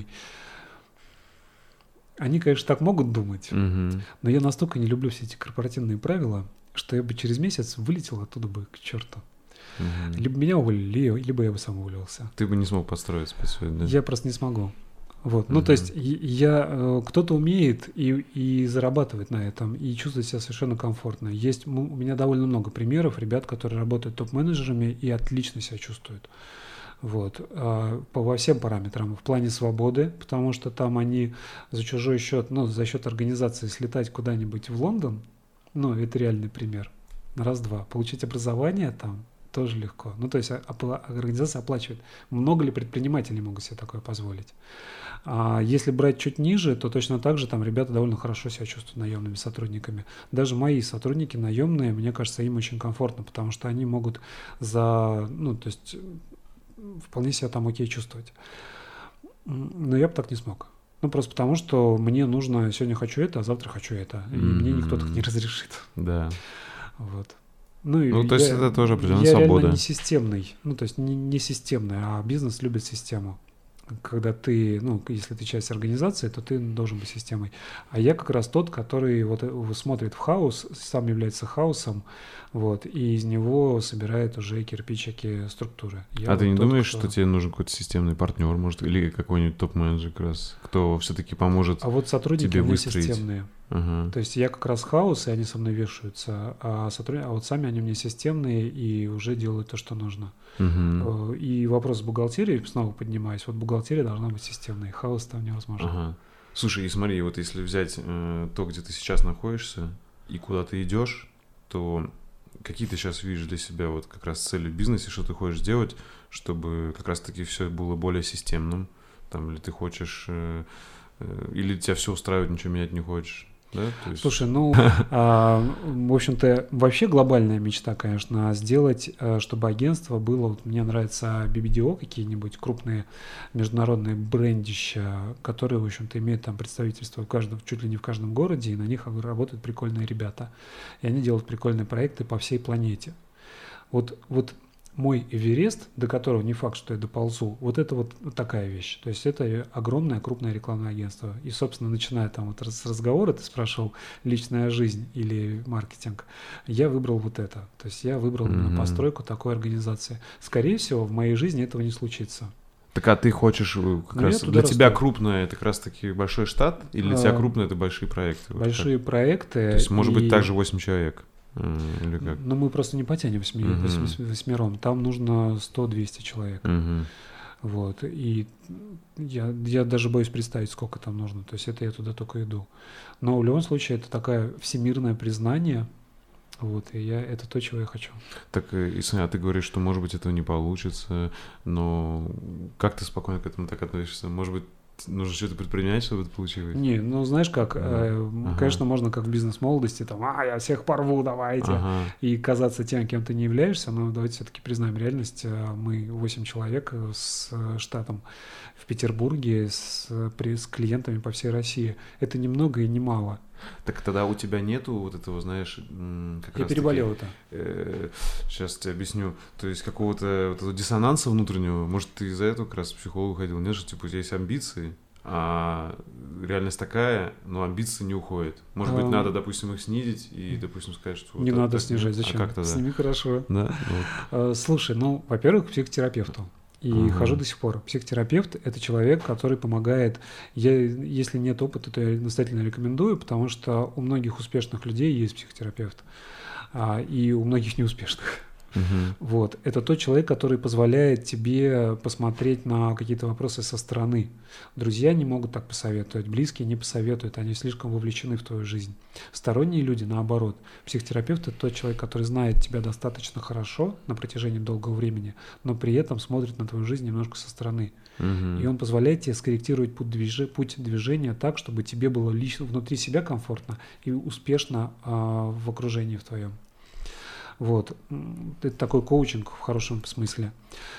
Они, конечно, так могут думать, Мгм. но я настолько не люблю все эти корпоративные правила, что я бы через месяц вылетел оттуда бы к черту. Мгм. Либо меня уволили, либо я бы сам уволился. Ты бы не смог построить под свой, да? Я просто не смогу. Вот. Ну, то Мгм. есть и- я, э, кто-то умеет и, и зарабатывает на этом, и чувствует себя совершенно комфортно. Есть м- у меня довольно много примеров ребят, которые работают топ-менеджерами и отлично себя чувствуют. Вот. А, По во всем параметрам. В плане свободы, потому что там они за чужой счет, ну, за счет организации слетать куда-нибудь в Лондон, ну, это реальный пример. На раз-два. Получить образование там тоже легко. Ну, то есть а- опла- организация оплачивает. Много ли предпринимателей могут себе такое позволить? А если брать чуть ниже, то точно так же там ребята довольно хорошо себя чувствуют наемными сотрудниками. Даже мои сотрудники наемные, мне кажется, им очень комфортно, потому что они могут за, ну, то есть вполне себя там окей чувствовать. М, Но я бы так не смог. Ну, просто потому, что мне нужно, сегодня хочу это, а завтра хочу это. И мне никто так не разрешит. Да. Вот. Ну, и Ну, то есть я- это тоже определенная я свобода. реально не системный. Ну, то есть не, не системный, а бизнес любит систему. Когда ты, ну, если ты часть организации, то ты должен быть системой. А я как раз тот, который вот э, смотрит в хаос, сам является хаосом, вот, и из него собирает уже кирпичики структуры. Я А вот ты не тот, думаешь, кто- что тебе нужен какой-то системный партнер, может, или какой-нибудь топ-менеджер как раз, кто все-таки поможет А вот сотрудники тебе у меня выстроить? системные. Ага. То есть я как раз хаос, и они со мной вешаются, а, сотруд... а вот сами они у меня системные и уже делают то, что нужно. Мгм. Э, И вопрос с бухгалтерией снова поднимаюсь. Вот бухгалтерия должна быть системной, хаос там невозможно. Ага. Слушай, и смотри, вот если взять э, то, где ты сейчас находишься, и куда ты идешь, то какие ты сейчас видишь для себя вот как раз цели в бизнесе, что ты хочешь делать, чтобы как раз-таки все было более системным, там, или ты хочешь, э, э, или тебя все устраивает, ничего менять не хочешь? Да? То есть... Слушай, ну, а, в общем-то, вообще глобальная мечта, конечно, сделать, чтобы агентство было, вот мне нравится би би ди о, какие-нибудь крупные международные брендища, которые, в общем-то, имеют там представительство в каждом, чуть ли не в каждом городе, и на них работают прикольные ребята. И они делают прикольные проекты по всей планете. Вот, вот мой Эверест, до которого не факт, что я доползу, вот это вот такая вещь. То есть это огромное крупное рекламное агентство. И, собственно, начиная там вот с разговора, ты спрашивал, личная жизнь или маркетинг, я выбрал вот это. То есть я выбрал именно mm-hmm. постройку такой организации. Скорее всего, в моей жизни этого не случится. Так а ты хочешь как Но раз для тебя крупное это как раз таки большой штат, или для а, тебя крупное это большие проекты? Большие вот проекты. То есть, может и... быть, также восемь человек. Или как? Но мы просто не потянем восьми, uh-huh. восьмером. Там нужно сто-двести человек. Uh-huh. Вот. И я, я даже боюсь представить, сколько там нужно. То есть это я туда только иду. Но в любом случае это такое всемирное признание. Вот, и я, это то, чего я хочу. Так, Исаня, а ты говоришь, что, может быть, этого не получится, но как ты спокойно к этому так относишься? Может быть, нужно что-то предпринять, чтобы это получилось? Не, ну знаешь как, да. э, ага. конечно, можно как в бизнес-молодости, там, а, я всех порву, давайте, ага. и казаться тем, кем ты не являешься, но давайте все-таки признаем реальность. Мы восемь человек с штатом в Петербурге, с, при, с клиентами по всей России. Это ни много и ни мало. Так тогда у тебя нету вот этого, знаешь, как я раз переболел таки, это. Э, сейчас тебе объясню. То есть какого-то вот этого диссонанса внутреннего, может, ты из-за этого как раз к психологу ходил, нет, что типа у тебя есть амбиции, а реальность такая, но амбиции не уходят. Может быть, а... надо, допустим, их снизить и, допустим, сказать, что... Не вот надо так, снижать, зачем? А как тогда? Сними хорошо. Да? Вот. Слушай, ну, во-первых, к психотерапевту. И uh-huh. хожу до сих пор. Психотерапевт – это человек, который помогает. Я, если нет опыта, то я настоятельно рекомендую, потому что у многих успешных людей есть психотерапевт, а, и у многих неуспешных. Uh-huh. Вот. Это тот человек, который позволяет тебе посмотреть на какие-то вопросы со стороны. Друзья не могут так посоветовать, близкие не посоветуют, они слишком вовлечены в твою жизнь. Сторонние люди, наоборот. Психотерапевт – это тот человек, который знает тебя достаточно хорошо на протяжении долгого времени, но при этом смотрит на твою жизнь немножко со стороны. Uh-huh. И он позволяет тебе скорректировать путь, движ... путь движения так, чтобы тебе было лично внутри себя комфортно и успешно э, в окружении в твоем. Вот. Это такой коучинг в хорошем смысле.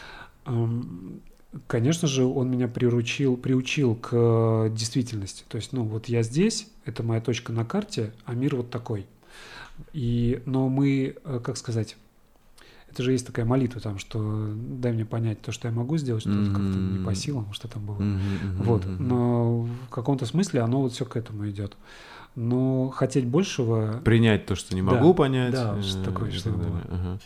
Конечно же, он меня приручил, приучил к действительности. То есть, ну, вот я здесь, это моя точка на карте, а мир вот такой. И, но мы, как сказать, это же есть такая молитва там, что дай мне понять то, что я могу сделать, что mm-hmm. как-то не по силам, что там было. Mm-hmm. Вот. Но в каком-то смысле оно вот все к этому идет. Но хотеть большего... Принять то, что не могу да, понять. Да, что такое, что было. Ага.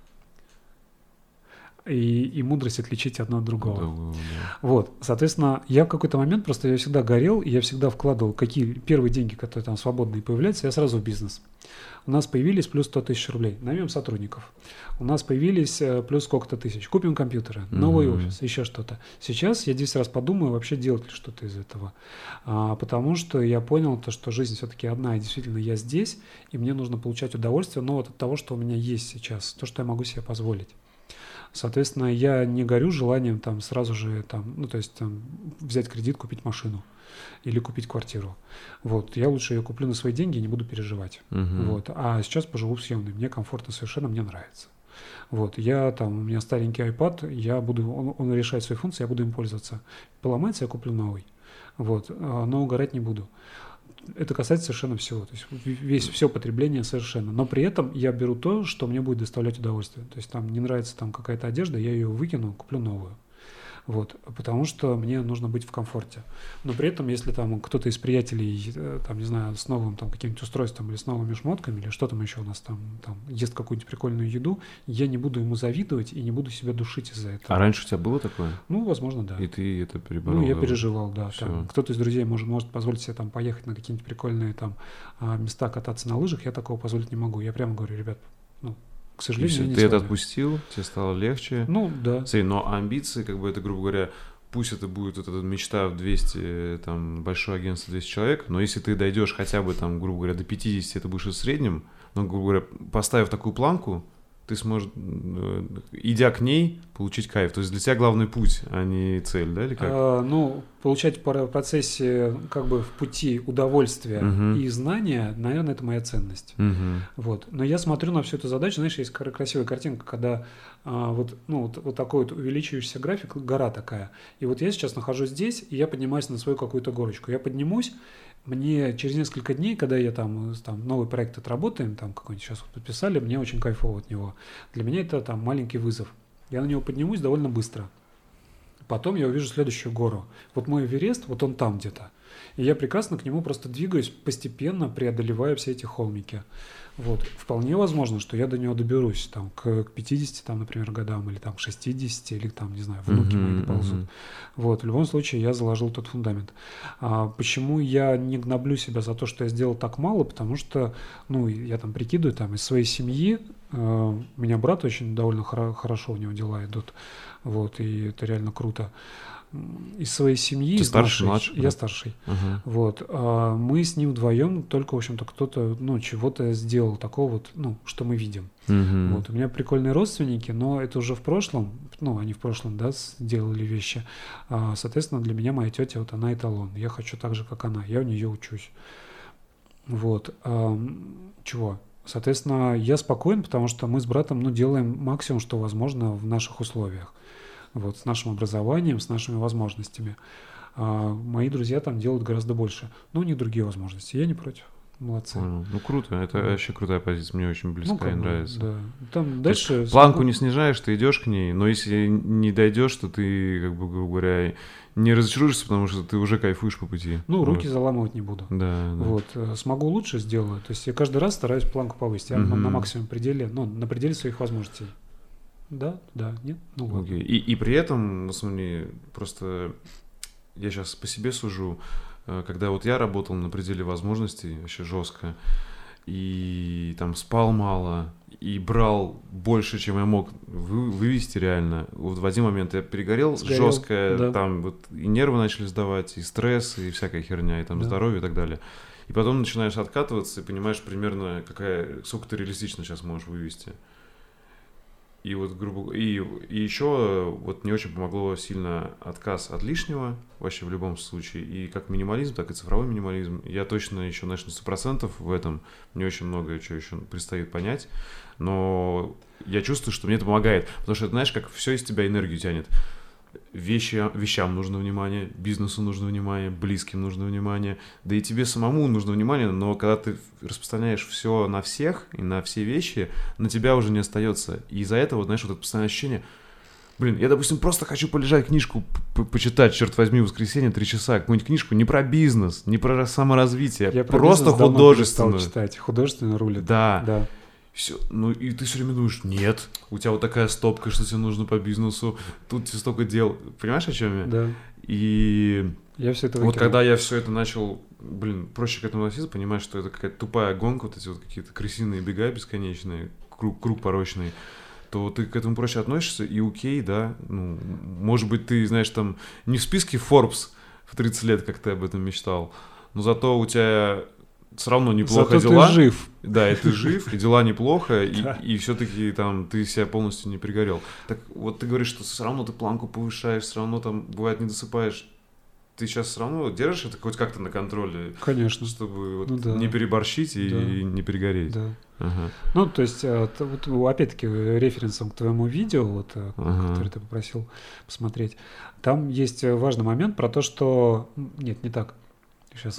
И, и мудрость отличить одно от другого. Да, да. Вот, соответственно, я в какой-то момент просто я всегда горел, и я всегда вкладывал, какие первые деньги, которые там свободные появляются, я сразу в бизнес. У нас появились плюс сто тысяч рублей, наймем сотрудников. У нас появились плюс сколько-то тысяч, купим компьютеры, новый mm-hmm. офис, еще что-то. Сейчас я десять раз подумаю, вообще делать ли что-то из этого. А, потому что я понял, то, что жизнь все-таки одна, и действительно я здесь, и мне нужно получать удовольствие, но вот от того, что у меня есть сейчас, то, что я могу себе позволить. Соответственно, я не горю желанием там сразу же там, ну, то есть там, взять кредит, купить машину или купить квартиру. Вот, я лучше ее куплю на свои деньги и не буду переживать. Uh-huh. Вот, а сейчас поживу в съемной, мне комфортно совершенно, мне нравится. Вот, я там, у меня старенький iPad, я буду, он, он решает свои функции, я буду им пользоваться. Поломается, я куплю новый. Вот, но угорать не буду. Это касается совершенно всего, то есть весь, все потребление совершенно. Но при этом я беру то, что мне будет доставлять удовольствие. То есть там не нравится там какая-то одежда, я ее выкину, куплю новую. Вот, потому что мне нужно быть в комфорте. Но при этом, если там кто-то из приятелей, там, не знаю, с новым там каким-нибудь устройством или с новыми шмотками, или что там еще у нас там, там ест какую-нибудь прикольную еду, я не буду ему завидовать и не буду себя душить из-за этого. А раньше у тебя было такое? Ну, возможно, да. И ты это переборол? Ну, я переживал, да. Там, кто-то из друзей может, может позволить себе там поехать на какие-нибудь прикольные там места кататься на лыжах, я такого позволить не могу. Я прямо говорю, ребят, ну, к сожалению, все, я не ты это смогу. отпустил, тебе стало легче. Ну, да. Смотри, но амбиции, как бы это, грубо говоря, пусть это будет вот эта мечта в двести, там, большое агентство двести человек, но если ты дойдешь хотя бы, там, грубо говоря, до пятидесяти, это будешь в среднем, но, грубо говоря, поставив такую планку, ты сможешь, идя к ней, получить кайф. То есть для тебя главный путь, а не цель, да, или как? А, ну, получать в процессе, как бы в пути удовольствия uh-huh. и знания, наверное, это моя ценность. Uh-huh. Вот. Но я смотрю на всю эту задачу, знаешь, есть красивая картинка, когда а, вот, ну, вот, вот такой вот увеличивающийся график, гора такая. И вот я сейчас нахожусь здесь, и я поднимаюсь на свою какую-то горочку. Я поднимусь, мне через несколько дней, когда я там, там новый проект отработаем, там какой-нибудь сейчас вот подписали, мне очень кайфово от него. Для меня это там маленький вызов. Я на него поднимусь довольно быстро. Потом я увижу следующую гору. Вот мой Эверест, вот он там где-то. И я прекрасно к нему просто двигаюсь, постепенно преодолевая все эти холмики. Вот. Вполне возможно, что я до него доберусь там, к, к пятидесяти, там, например, годам, или там, к шестидесяти, или там, не знаю, внуки uh-huh, мои доползут. Uh-huh. Вот. В любом случае, я заложил тот фундамент. А почему я не гноблю себя за то, что я сделал так мало? Потому что, ну, я там прикидываю, там, из своей семьи, э, у меня брат очень довольно хоро- хорошо, у него дела идут. Вот, и это реально круто. Из своей семьи, Ты из старший, нашей, младший? Я да? старший. Uh-huh. Вот, а мы с ним вдвоем только, в общем-то, кто-то, ну, чего-то сделал такого вот, ну, что мы видим. Uh-huh. Вот, у меня прикольные родственники, но это уже в прошлом, ну, они в прошлом, да, сделали вещи. А, соответственно, для меня моя тетя, вот она эталон. Я хочу так же, как она. Я у нее учусь. Вот. А, чего? Соответственно, я спокоен, потому что мы с братом, ну, делаем максимум, что возможно в наших условиях. Вот, с нашим образованием, с нашими возможностями. А мои друзья там делают гораздо больше. Но у них другие возможности. Я не против. Молодцы. Понял. Ну, круто. Это Да. вообще крутая позиция. Мне очень близка Ну, и нравится. Да. Там дальше... Планку не снижаешь, ты идешь к ней, но если не дойдешь, то ты, как бы, грубо говоря, не разочаруешься, потому что ты уже кайфуешь по пути. Ну, вот. руки заламывать не буду. Да, да. Вот. Смогу лучше сделаю. То есть я каждый раз стараюсь планку повысить. Я Угу. на максимум пределе, ну, на пределе своих возможностей. Да, да, нет? Ну ладно. Окей. И, и при этом, смотри, просто я сейчас по себе сужу, когда вот я работал на пределе возможностей, вообще жестко, и там спал мало, и брал больше, чем я мог вы, вывести реально. Вот в один момент я перегорел, Сгорел, жестко, да. там вот и нервы начали сдавать, и стресс, и всякая херня, и там Да. здоровье и так далее. И потом начинаешь откатываться и понимаешь примерно, какая, сколько ты реалистично сейчас можешь вывести. И вот, грубо и, и еще вот мне очень помогло сильно отказ от лишнего, вообще в любом случае, и как минимализм, так и цифровой минимализм. Я точно еще, знаешь, на сто процентов в этом, мне очень много чего еще предстоит понять, но я чувствую, что мне это помогает, потому что, знаешь, как все из тебя энергию тянет. Вещи, вещам нужно внимание, бизнесу нужно внимание, близким нужно внимание, да и тебе самому нужно внимание, но когда ты распространяешь все на всех и на все вещи, на тебя уже не остается. И из-за этого, знаешь, вот это постоянное ощущение, блин, я, допустим, просто хочу полежать книжку, по- почитать, черт возьми, в воскресенье три часа, какую-нибудь книжку не про бизнес, не про саморазвитие, Я про просто бизнес давно художественную. перестал читать. Художественно рулит. Да. Да. Все, ну и ты все время думаешь, нет, у тебя вот такая стопка, что тебе нужно по бизнесу, тут тебе столько дел, понимаешь, о чем я? Да. И Я все это вот выкинул. когда я все это начал, блин, проще к этому относиться, понимаешь, что это какая-то тупая гонка, вот эти вот какие-то крысиные бега бесконечные, круг, круг порочный, то ты к этому проще относишься, и окей, да, ну, может быть, ты, знаешь, там не в списке Forbes в тридцать лет, как ты об этом мечтал, но зато у тебя все равно неплохо Зато дела. ты жив. Да, и ты жив, и дела неплохо, и, Да. и все-таки там ты себя полностью не перегорел. Так вот ты говоришь, что все равно ты планку повышаешь, все равно там бывает не досыпаешь. Ты сейчас все равно держишь это хоть как-то на контроле, Конечно. чтобы вот Ну да. не переборщить и Да. не перегореть. Да. Ага. Ну, то есть, э, т- вот, ну, опять-таки, референсом к твоему видео, вот, э, Ага. которое ты попросил посмотреть, там есть э, важный момент про то, что... м, Нет, не так. Сейчас.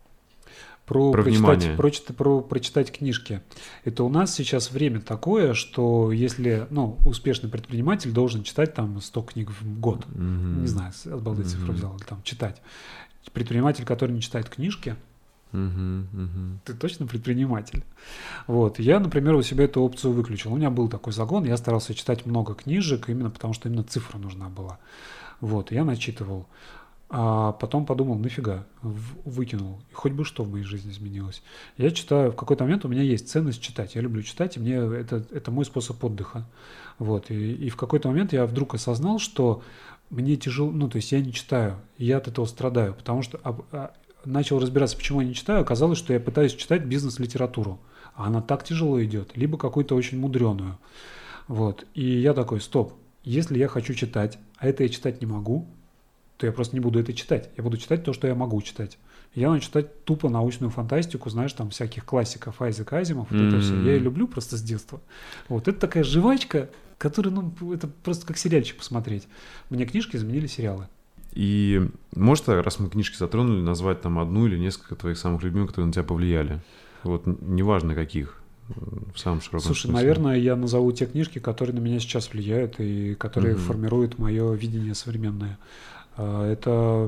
Про, Про прочитать, внимание. про, чит- про прочитать книжки. Это у нас сейчас время такое, что если, ну, успешный предприниматель должен читать там сто книг в год, Мгм. не знаю, с- от балды цифру Мгм. взял, или там читать. Предприниматель, который не читает книжки, Мгм, мгм. ты точно предприниматель. Вот. Я, например, у себя эту опцию выключил. У меня был такой загон, я старался читать много книжек, именно потому что именно цифра нужна была. Вот. Я начитывал. А потом подумал, нафига, в- выкинул. И хоть бы что в моей жизни изменилось. Я читаю, в какой-то момент у меня есть ценность читать. Я люблю читать, и мне это, это мой способ отдыха. Вот. И, и в какой-то момент я вдруг осознал, что мне тяжело, ну, то есть я не читаю, и я от этого страдаю, потому что а, а, начал разбираться, почему я не читаю. Оказалось, что я пытаюсь читать бизнес-литературу, а она так тяжело идет, либо какую-то очень мудреную. Вот. И я такой, стоп, если я хочу читать, а это я читать не могу, то я просто не буду это читать. Я буду читать то, что я могу читать. Я начал читать тупо научную фантастику, знаешь, там всяких классиков, Айзек Азимов, вот это все. Я ее люблю просто с детства. Вот, это такая жвачка, которая, ну, это просто как сериальчик посмотреть. Мне книжки заменили сериалы. И может, раз мы книжки затронули, назвать там одну или несколько твоих самых любимых, которые на тебя повлияли? Вот неважно каких, в самом широком Слушай, смысле. наверное, я назову те книжки, которые на меня сейчас влияют и которые Мгм. формируют мое видение современное. А, Это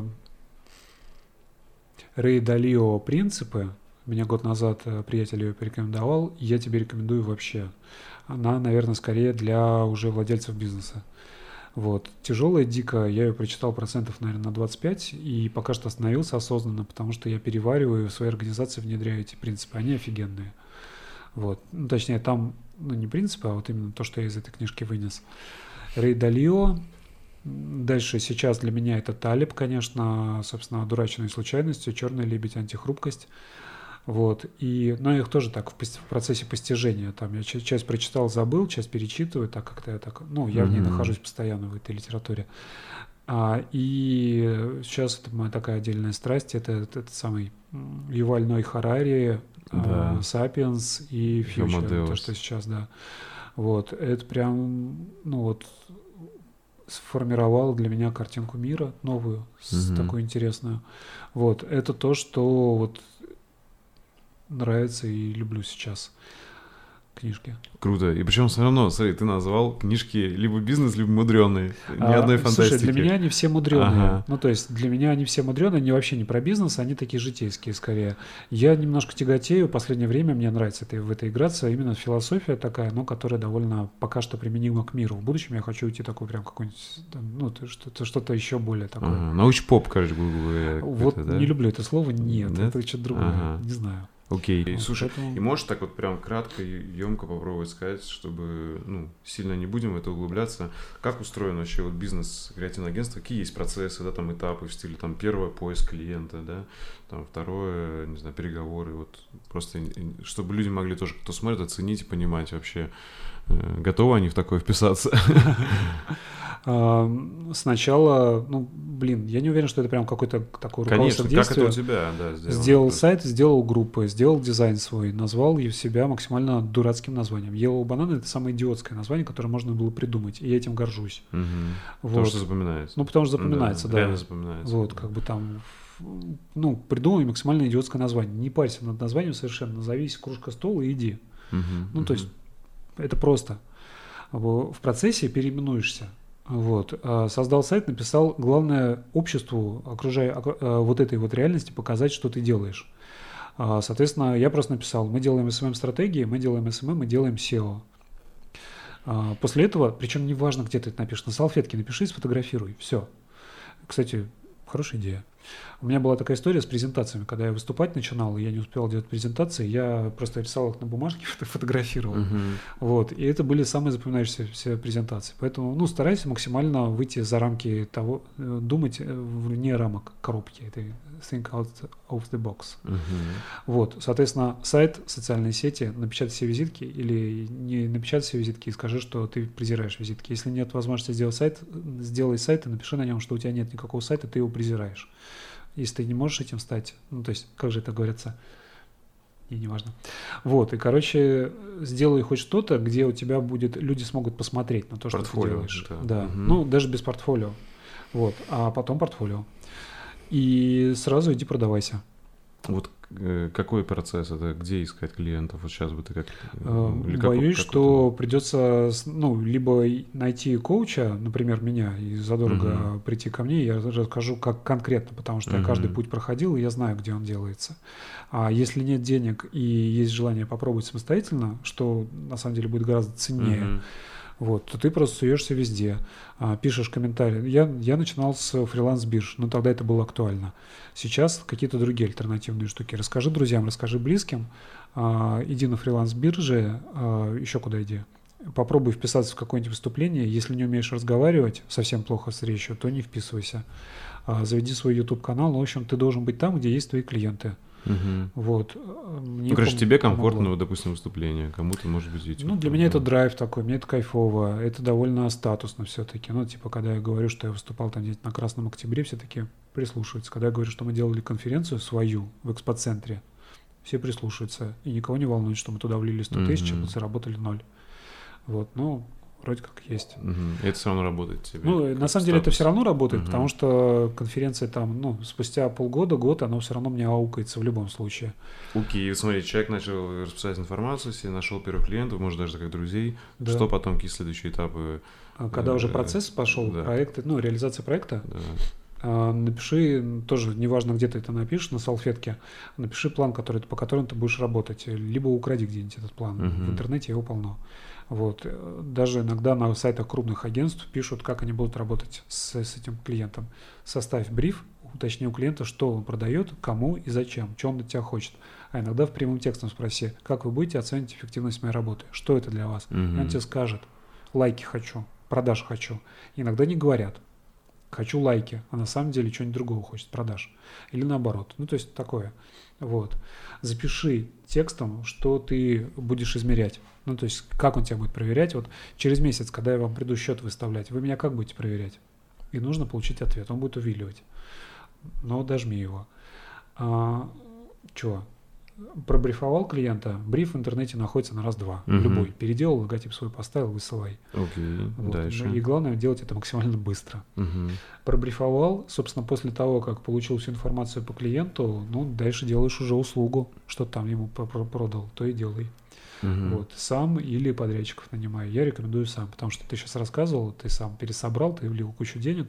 Рэй Далио «Принципы». Меня год назад э, приятель ее порекомендовал. и Я тебе рекомендую вообще. Она, наверное, скорее для уже владельцев бизнеса. Вот. Тяжелая дико, я ее прочитал процентов, наверное, на двадцать пять, и пока что остановился осознанно, потому что я перевариваю, в своей организации внедряю эти принципы, они офигенные. Вот. Ну, точнее, там, ну, не принципы, а вот именно то, что я из этой книжки вынес. Рэй Далио. Дальше сейчас для меня это Талеб, конечно, собственно, «Одураченные случайностью», «Черный лебедь», «Антихрупкость». Вот. И, но их тоже так в, пос- в процессе постижения. Там я ча- часть прочитал, забыл, часть перечитываю, так как-то я так, ну, я в ней Мгм. нахожусь постоянно в этой литературе. А, и сейчас это моя такая отдельная страсть, это этот самый м, Юваль Ной Харари, Да. «Сапиенс» и «Фьючер», то, Amadeus. что сейчас, да. Вот, это прям, ну вот, сформировало для меня картинку мира новую, с- Мгм. такую интересную. Вот, это то, что вот нравится и люблю сейчас книжки. Круто. И причем все равно, смотри, ты назвал книжки либо бизнес, либо мудреные. Ни А, одной фантастики. Слушай, для меня они все мудреные. Ага. Ну, то есть для меня они все мудреные, они вообще не про бизнес, они такие житейские скорее. Я немножко тяготею, в последнее время мне нравится это, в это играться, именно философия такая, но которая довольно пока что применима к миру. В будущем я хочу уйти такой прям какой-нибудь, там, ну, то- что-то, что-то еще более такое. Ага. Науч-поп, короче, грубо говоря. Вот какой-то, да? не люблю это слово, нет, Нет? это что-то другое, Ага. не знаю. Окей. Вот, Слушай, поэтому- и можешь так вот прям кратко и емко попробовать сказать, чтобы, ну, сильно не будем в это углубляться, как устроен вообще вот бизнес креативного агентства, какие есть процессы, да, там этапы в стиле, там, первое, поиск клиента, да, там, второе, не знаю, переговоры, вот, просто, и- чтобы люди могли тоже, кто смотрит, оценить и понимать вообще, э, готовы они в такое вписаться. А, Сначала, ну, блин, я не уверен, что это прям какой-то такой руководство Конечно, к как это действию. у тебя, да, сделано. Сделал Да. сайт, сделал группы, сделал дизайн свой, назвал ее себя максимально дурацким названием. Yellow Banana — это самое идиотское название, которое можно было придумать, и я этим горжусь. Мгм. Потому Вот. что запоминается. Ну, потому что запоминается, да. Реально запоминается. Вот, как бы там, ну, придумай максимально идиотское название. Не парься над названием совершенно, назовись кружка стола и иди. Мгм, Ну, то мгм. есть это просто. В в процессе переименуешься. Вот. А Создал сайт, написал, главное обществу, окружая оку- а, вот этой вот реальности, показать, что ты делаешь. А, Соответственно, я просто написал, мы делаем эс эм эм-стратегии, мы делаем эс эм эм, мы делаем сео. А, После этого, причем неважно, где ты это напишешь, на салфетке напиши и сфотографируй. Все. Кстати, хорошая идея. У меня была такая история с презентациями, когда я выступать начинал, и я не успел делать презентации, я просто рисовал их на бумажке, фото- фотографировал. Мгм. Вот, и это были самые запоминающиеся все презентации. Поэтому, ну, старайся максимально выйти за рамки того, э, думать э, вне рамок коробки этой think out of the box. Мгм. Вот, соответственно, сайт, социальные сети, напечатай все визитки или не напечатай все визитки и скажи, что ты презираешь визитки. Если нет возможности сделать сайт, сделай сайт и напиши на нем, что у тебя нет никакого сайта, ты его презираешь. Если ты не можешь этим стать, ну, то есть, как же это говорится, и неважно. Вот, и, короче, сделай хоть что-то, где у тебя будет, люди смогут посмотреть на то, что Портфолио, ты делаешь. да. Да, Мгм. ну, даже без портфолио. Вот, а потом портфолио. И сразу иди продавайся. Вот э, какой процесс это? Где искать клиентов? Вот сейчас бы ты как... Э, или как- Боюсь, как что придется, с- ну, либо найти коуча, например, меня, и задорого Мгм. прийти ко мне, я расскажу, как конкретно, потому что я Мгм. каждый путь проходил, и я знаю, где он делается. А если нет денег и есть желание попробовать самостоятельно, что на самом деле будет гораздо это- ценнее, Мгм. вот, то ты просто суешься везде, а, пишешь комментарии. Я, я начинал с фриланс-бирж, но тогда это было актуально. Сейчас какие-то другие альтернативные штуки. Расскажи друзьям, расскажи близким, а, иди на фриланс-бирже, а, еще куда иди. Попробуй вписаться в какое-нибудь выступление. Если не умеешь разговаривать, совсем плохо с речью, то не вписывайся. А, заведи свой YouTube-канал. Ну, в общем, ты должен быть там, где есть твои клиенты. Угу. Вот. Мне ну, короче, тебе комфортно, помогло. Допустим, выступление, кому-то, может быть, YouTube. Ну, для меня это драйв такой, мне это кайфово, это довольно статусно все-таки. Ну, типа, когда я говорю, что я выступал там где-то на Красном Октябре, все таки прислушиваются. Когда я говорю, что мы делали конференцию свою в экспоцентре, все прислушиваются. И никого не волнует, что мы туда влили сто тысяч, а заработали ноль. Вот, ну... Вроде как есть. Угу. И это все равно работает тебе? Ну, на самом статус. деле это все равно работает, угу. потому что конференция там, ну, спустя полгода, год, она все равно мне аукается в любом случае. Окей, смотри, человек начал расписать информацию, себе нашел первых клиентов, может, даже как друзей. Да. Что потом, какие следующие этапы? Когда уже процесс пошел, да. проект, ну, реализация проекта, да. напиши, тоже, неважно, где ты это напишешь, на салфетке, напиши план, который, по которому ты будешь работать, либо укради где-нибудь этот план. Угу. В интернете его полно. Вот. Даже иногда на сайтах крупных агентств пишут, как они будут работать с, с этим клиентом. Составь бриф, уточни у клиента, что он продает, кому и зачем, что он от тебя хочет. А иногда в прямым текстом спроси, как вы будете оценивать эффективность моей работы, что это для вас. Mm-hmm. И он тебе скажет, лайки хочу, продаж хочу. Иногда не говорят, хочу лайки, а на самом деле что-нибудь другого хочет, продаж. Или наоборот. Ну, то есть такое. Вот. Запиши текстом, что ты будешь измерять. Ну, то есть, как он тебя будет проверять. Вот через месяц, когда я вам приду счет выставлять, вы меня как будете проверять? И нужно получить ответ. Он будет увиливать. Но дожми его. А, чего? Пробрифовал клиента. Бриф в интернете находится на раз-два. Uh-huh. Любой. Переделал, логотип свой поставил, высылай. Okay. Вот. Дальше. И главное делать это максимально быстро. Uh-huh. Пробрифовал. Собственно, после того, как получил всю информацию по клиенту, ну, дальше делаешь уже услугу. Что ты там ему продал, то и делай. Uh-huh. Вот, сам или подрядчиков нанимаю. Я рекомендую сам, потому что ты сейчас рассказывал, ты сам пересобрал, ты влил кучу денег,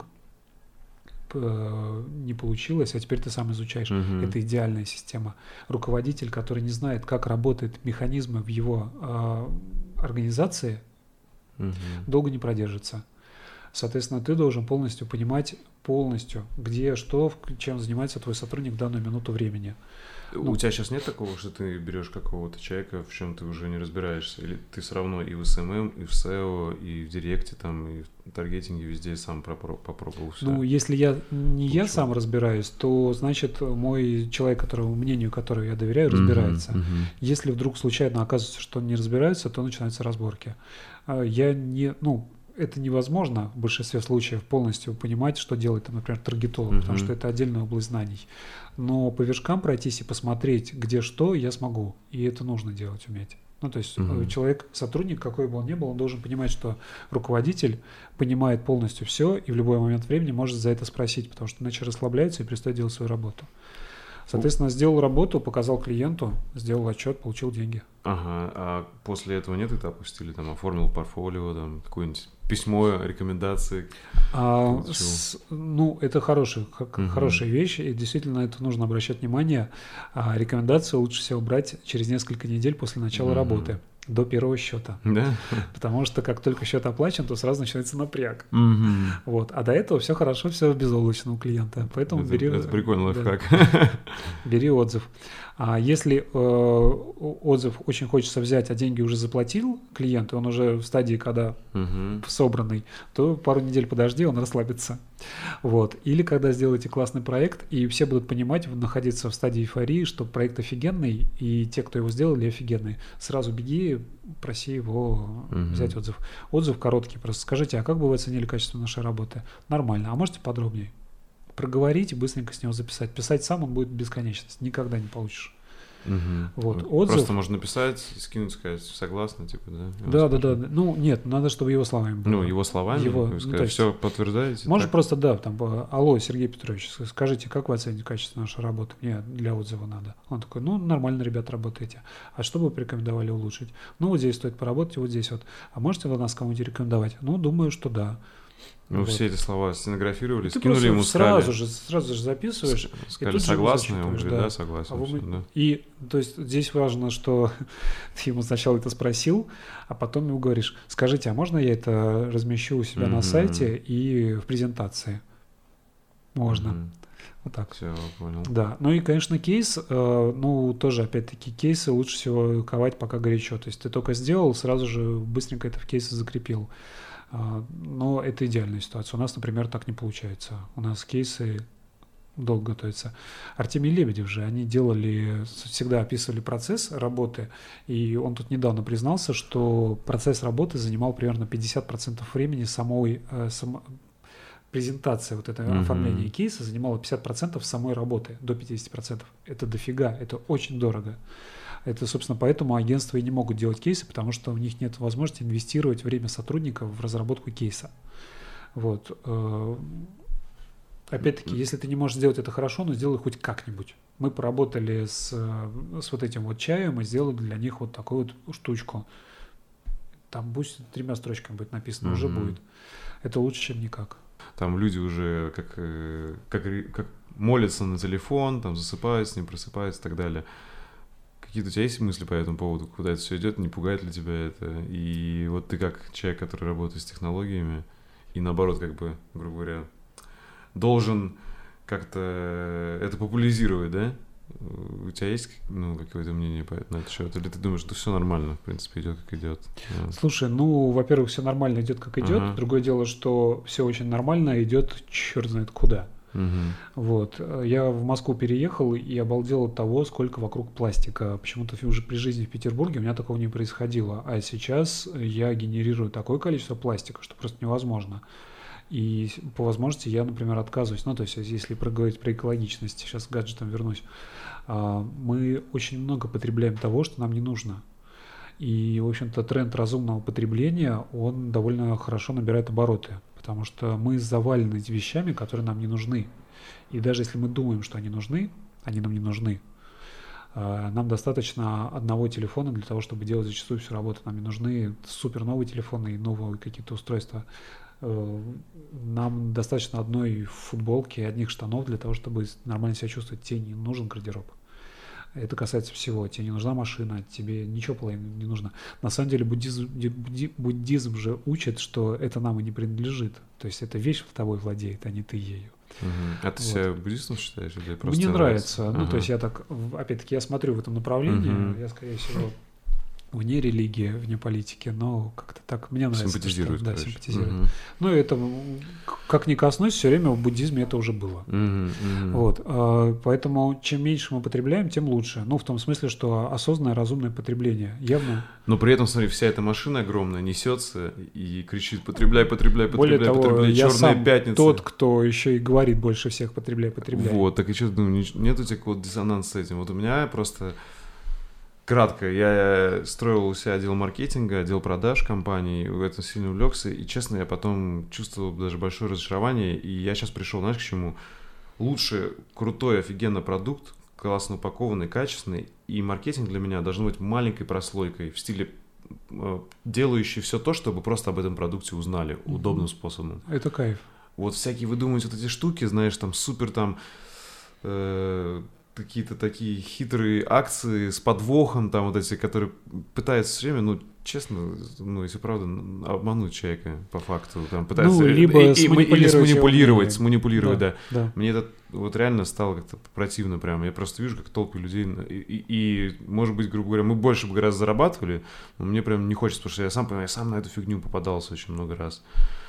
не получилось, а теперь ты сам изучаешь. Uh-huh. Это идеальная система. Руководитель, который не знает, как работают механизмы в его э, организации, uh-huh. долго не продержится. Соответственно, ты должен полностью понимать, полностью, где, что, чем занимается твой сотрудник в данную минуту времени. У ну, тебя сейчас нет такого, что ты берешь какого-то человека, в чем ты уже не разбираешься? Или ты все равно и в эс эм эм, и в сео, и в директе, там, и в таргетинге везде сам попробовал все? Ну, если я не Получил. я сам разбираюсь, то, значит, мой человек, которому, мнению которого я доверяю, разбирается. Uh-huh, uh-huh. Если вдруг случайно оказывается, что он не разбирается, то начинаются разборки. Я не... ну это невозможно в большинстве случаев полностью понимать, что делает, там, например, таргетолог, uh-huh. потому что это отдельная область знаний. Но по вершкам пройтись и посмотреть, где что, я смогу. И это нужно делать, уметь. Ну, то есть uh-huh. человек, сотрудник, какой бы он ни был, он должен понимать, что руководитель понимает полностью все и в любой момент времени может за это спросить, потому что иначе расслабляется и перестает делать свою работу. Соответственно, сделал работу, показал клиенту, сделал отчет, получил деньги. Ага, а после этого нет этапа в стиле, там, оформил портфолио, там, какое-нибудь письмо, рекомендации? А, с, ну, это хорошая, как, угу. хорошая вещь, и действительно на это нужно обращать внимание. А рекомендации лучше всего брать через несколько недель после начала угу. работы. До первого счета. Да? Потому что как только счет оплачен, то сразу начинается напряг. Угу. Вот. А до этого все хорошо, все безоблачно у клиента. Поэтому это, бери... Это прикольный лайфхак. Да, бери отзыв. А если э, отзыв очень хочется взять, а деньги уже заплатил клиент, и он уже в стадии, когда угу. собранный, то пару недель подожди, он расслабится. Вот. Или когда сделаете классный проект, и все будут понимать, находиться в стадии эйфории, что проект офигенный, и те, кто его сделали, офигенные. Сразу беги, проси его угу. взять отзыв. Отзыв короткий, просто скажите, а как бы вы оценили качество нашей работы? Нормально. А можете подробнее? Проговорить и быстренько с него записать. Писать сам он будет бесконечность. Никогда не получишь. Угу. Вот. Отзыв... Просто можно написать, скинуть, сказать, согласны, типа, да? Да, да, да. Ну, нет, надо, чтобы его словами было. Ну, его словами? Его, сказать, ну, то есть, все подтверждаете? Можно так? просто, да, там, алло, Сергей Петрович, скажите, как вы оцените качество нашей работы? Мне для отзыва надо. Он такой, ну, нормально, ребята, работаете. А что бы вы порекомендовали улучшить? Ну, вот здесь стоит поработать, вот здесь вот. А можете вы нас кому-нибудь рекомендовать? Ну, думаю, что да. Ну, вот. все эти слова стенографировали, ты скинули ему, сразу сказали. же, сразу же записываешь. Сказали, согласны, он говорит, да, да согласен. А все, вы... да. И, то есть, здесь важно, что ты ему сначала это спросил, а потом ему говоришь, скажите, а можно я это размещу у себя mm-hmm. на сайте и в презентации? Можно. Mm-hmm. Вот так. Все, понял. Да, ну и, конечно, кейс, э, ну, тоже, опять-таки, кейсы лучше всего ковать пока горячо. То есть ты только сделал, сразу же быстренько это в кейсы закрепил. Uh, но это идеальная ситуация. У нас, например, так не получается. У нас кейсы долго готовятся. Артемий Лебедев же, они делали, всегда описывали процесс работы, и он тут недавно признался, что процесс работы занимал примерно пятьдесят процентов времени самой, э, сам, презентация, вот это mm-hmm. оформление кейса занимало пятьдесят процентов самой работы, до пятьдесят процентов. Это дофига, это очень дорого. Это, собственно, поэтому агентства и не могут делать кейсы, потому что у них нет возможности инвестировать время сотрудников в разработку кейса. Вот. Опять-таки, если ты не можешь сделать это хорошо, но сделай хоть как-нибудь. Мы поработали с, с вот этим вот чаем и сделали для них вот такую вот штучку. Там пусть тремя строчками будет написано, mm-hmm. уже будет. Это лучше, чем никак. Там люди уже как, как, как молятся на телефон, там засыпают с ним, просыпаются и так далее. Какие-то у тебя есть мысли по этому поводу, куда это все идет, не пугает ли тебя это? И вот ты как человек, который работает с технологиями, и наоборот, как бы, грубо говоря, должен как-то это популяризировать, да? У тебя есть ну, какое-то мнение по этому, на этот счет? Или ты думаешь, что все нормально, в принципе, идет как идет? Да. Слушай, ну, во-первых, все нормально идет как идет. Ага. Другое дело, что все очень нормально идет черт знает куда. Угу. Вот. Я в Москву переехал и обалдел от того, сколько вокруг пластика. Почему-то уже при жизни в Петербурге у меня такого не происходило. А сейчас я генерирую такое количество пластика, что просто невозможно. И по возможности я, например, отказываюсь. Ну, то есть, если проговорить про экологичность, сейчас к гаджетам вернусь. Мы очень много потребляем того, что нам не нужно. И, в общем-то, тренд разумного потребления, он довольно хорошо набирает обороты. Потому что мы завалены вещами, которые нам не нужны. И даже если мы думаем, что они нужны, они нам не нужны. Нам достаточно одного телефона для того, чтобы делать зачастую всю работу. Нам не нужны супер новые телефоны и новые какие-то устройства. Нам достаточно одной футболки и одних штанов для того, чтобы нормально себя чувствовать. Тебе не нужен гардероб. Это касается всего. Тебе не нужна машина, тебе ничего половины не нужно. На самом деле буддизм, буддизм же учит, что это нам и не принадлежит. То есть эта вещь в тобой владеет, а не ты ею. Угу. А ты вот. Себя буддистом считаешь? Или просто Мне нравится. нравится. Ну, ага. то есть я так, опять-таки, я смотрю в этом направлении. Угу. Я, скорее всего, вне религии, вне политики, но как-то так мне нравится. Симпатизирует. Да, симпатизирует. Угу. Ну, это, как ни коснусь, все время в буддизме это уже было. Угу, угу. Вот. Поэтому чем меньше мы потребляем, тем лучше. Ну, в том смысле, что осознанное, разумное потребление. Явно. Но при этом, смотри, вся эта машина огромная несется и кричит: потребляй, потребляй, потребляй, Более того, потребляй, я черная сам пятница. Тот, кто еще и говорит больше всех: потребляй, потребляй. Вот, так и что, думаю, нет у тебя какого-то диссонанса с этим? Вот у меня просто... Кратко, я строил у себя отдел маркетинга, отдел продаж компании, в этом сильно увлекся, и, честно, я потом чувствовал даже большое разочарование, и я сейчас пришел, знаешь, к чему? Лучше крутой, офигенный продукт, классно упакованный, качественный, и маркетинг для меня должен быть маленькой прослойкой, в стиле делающий все то, чтобы просто об этом продукте узнали mm-hmm. удобным способом. Это кайф. Вот всякие выдумывать вот эти штуки, знаешь, там супер там... Э- какие-то такие хитрые акции с подвохом, там вот эти, которые пытаются все время, ну, честно, ну, если правда, обмануть человека по факту, там, пытаются... Ну, либо и, сманипулировать. Или сманипулировать, сманипулировать, да, да. да. Мне это вот реально стало как-то противно прям. Я просто вижу, как толпы людей, и, и, и, может быть, грубо говоря, мы больше бы гораздо зарабатывали, но мне прям не хочется, потому что я сам понимаю, я сам на эту фигню попадался очень много раз.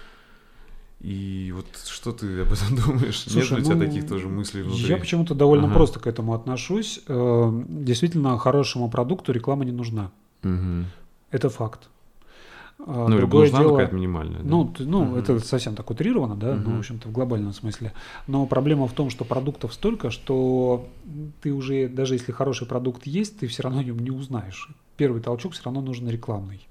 И вот что ты об этом думаешь? Слушай, нет ли у тебя ну, таких тоже мыслей внутри? Я почему-то довольно ага. просто к этому отношусь. Действительно, хорошему продукту реклама не нужна. Угу. Это факт. Ну, или нужна дело... какая-то минимальная. Да? Ну, ну угу. это совсем так утрировано, да, угу. ну, в общем-то, в глобальном смысле. Но проблема в том, что продуктов столько, что ты уже, даже если хороший продукт есть, ты все равно о нем не узнаешь. Первый толчок все равно нужен рекламный.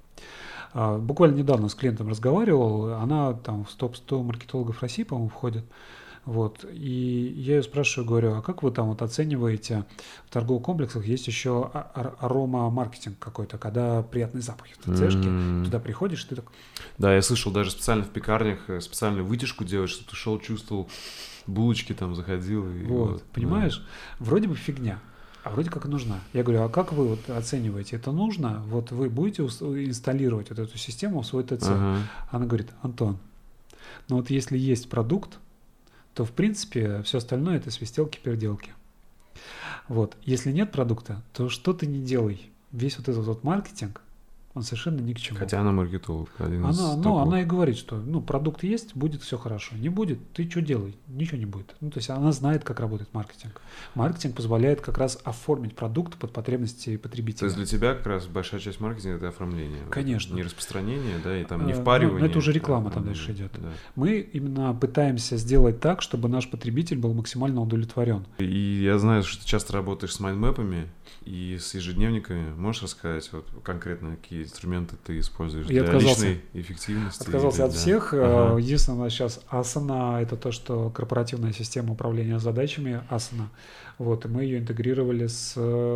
Буквально недавно с клиентом разговаривал, она там в топ сто маркетологов России, по-моему, входит. Вот. И я ее спрашиваю, говорю, а как вы там вот оцениваете, в торговых комплексах есть еще арома-маркетинг какой-то, когда приятные запахи в ТЦшке, mm-hmm. туда приходишь, ты так... Да, я слышал, даже специально в пекарнях специальную вытяжку делать, чтобы ты шел, чувствовал, булочки там заходил. И вот, вот, понимаешь? Да. Вроде бы фигня, а вроде как нужна. Я говорю, а как вы вот оцениваете, это нужно? Вот вы будете инсталлировать вот эту систему в свой ТЦ? Ага. Она говорит, Антон, ну вот если есть продукт, то, в принципе, все остальное – это свистелки-переделки. Вот. Если нет продукта, то что ты не делай. Весь вот этот вот маркетинг, он совершенно ни к чему. Хотя она маркетолог. Один она, ну, она и говорит, что ну, продукт есть, будет все хорошо. Не будет, ты что делай? Ничего не будет. Ну, то есть она знает, как работает маркетинг. Маркетинг позволяет как раз оформить продукт под потребности потребителя. То есть для тебя как раз большая часть маркетинга – это оформление. Конечно. Не распространение, да, и там не впаривание. Ну, это уже реклама да, там дальше идет. Да. Мы именно пытаемся сделать так, чтобы наш потребитель был максимально удовлетворен. И я знаю, что ты часто работаешь с майндмэпами и с ежедневниками. Можешь рассказать вот конкретно, какие инструменты ты используешь я для отказался. личной эффективности? Отказался или, от да? всех. Ага. Единственное, у нас сейчас Asana, это то, что корпоративная система управления задачами Asana. Вот, и мы ее интегрировали с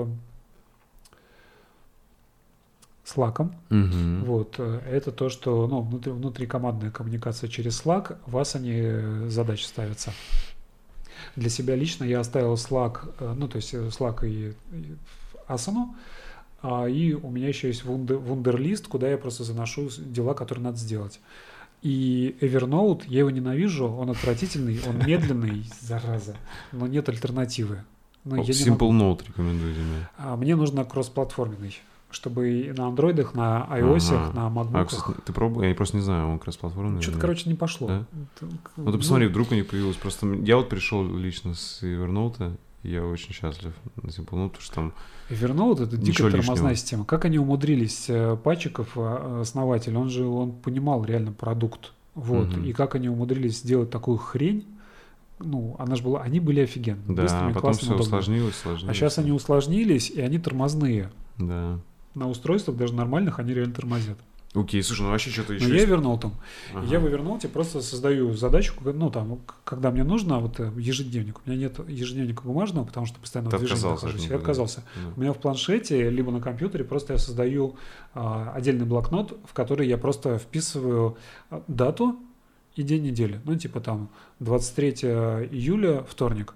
Slack. Угу. Вот, это то, что ну, внутри, внутрикомандная коммуникация через Slack, в Asana задачи ставятся. Для себя лично я оставил Slack, ну, то есть Slack и Asana, и у меня еще есть Wunderlist, куда я просто заношу дела, которые надо сделать. И Evernote, я его ненавижу, он отвратительный, он медленный, зараза, но нет альтернативы. Ну, oh, Simple Note рекомендую тебе. Мне нужно кроссплатформенный, чтобы и на андроидах, на iOS, ага. на MacBook. А, кстати, ты пробовал? Я просто не знаю, он кроссплатформенный. Что-то, короче, не пошло. Да? Ну, ты посмотри, вдруг у них появилось. Просто я вот пришел лично с Evernote, и я очень счастлив на Simple Note, потому что там Evernote — это дикая тормозная система. Как они умудрились, Пачиков, основатель, он же он понимал реально продукт. Вот. Угу. И как они умудрились сделать такую хрень, ну, она же была, они были офигенны. Да, быстрыми, потом все удобно. усложнилось, сложнилось. А сейчас они усложнились, и они тормозные. Да. На устройствах, даже нормальных, они реально тормозят. Окей, слушай, ну вообще что-то еще... Но я Evernote. Ага. Я в Evernote просто создаю задачу, ну, там, когда мне нужно, вот ежедневник. У меня нет ежедневника бумажного, потому что постоянно Ты в движении нахожусь. Я отказался. Да. У меня в планшете, либо на компьютере просто я создаю а, отдельный блокнот, в который я просто вписываю дату и день недели. Ну, типа там двадцать третьего июля, вторник.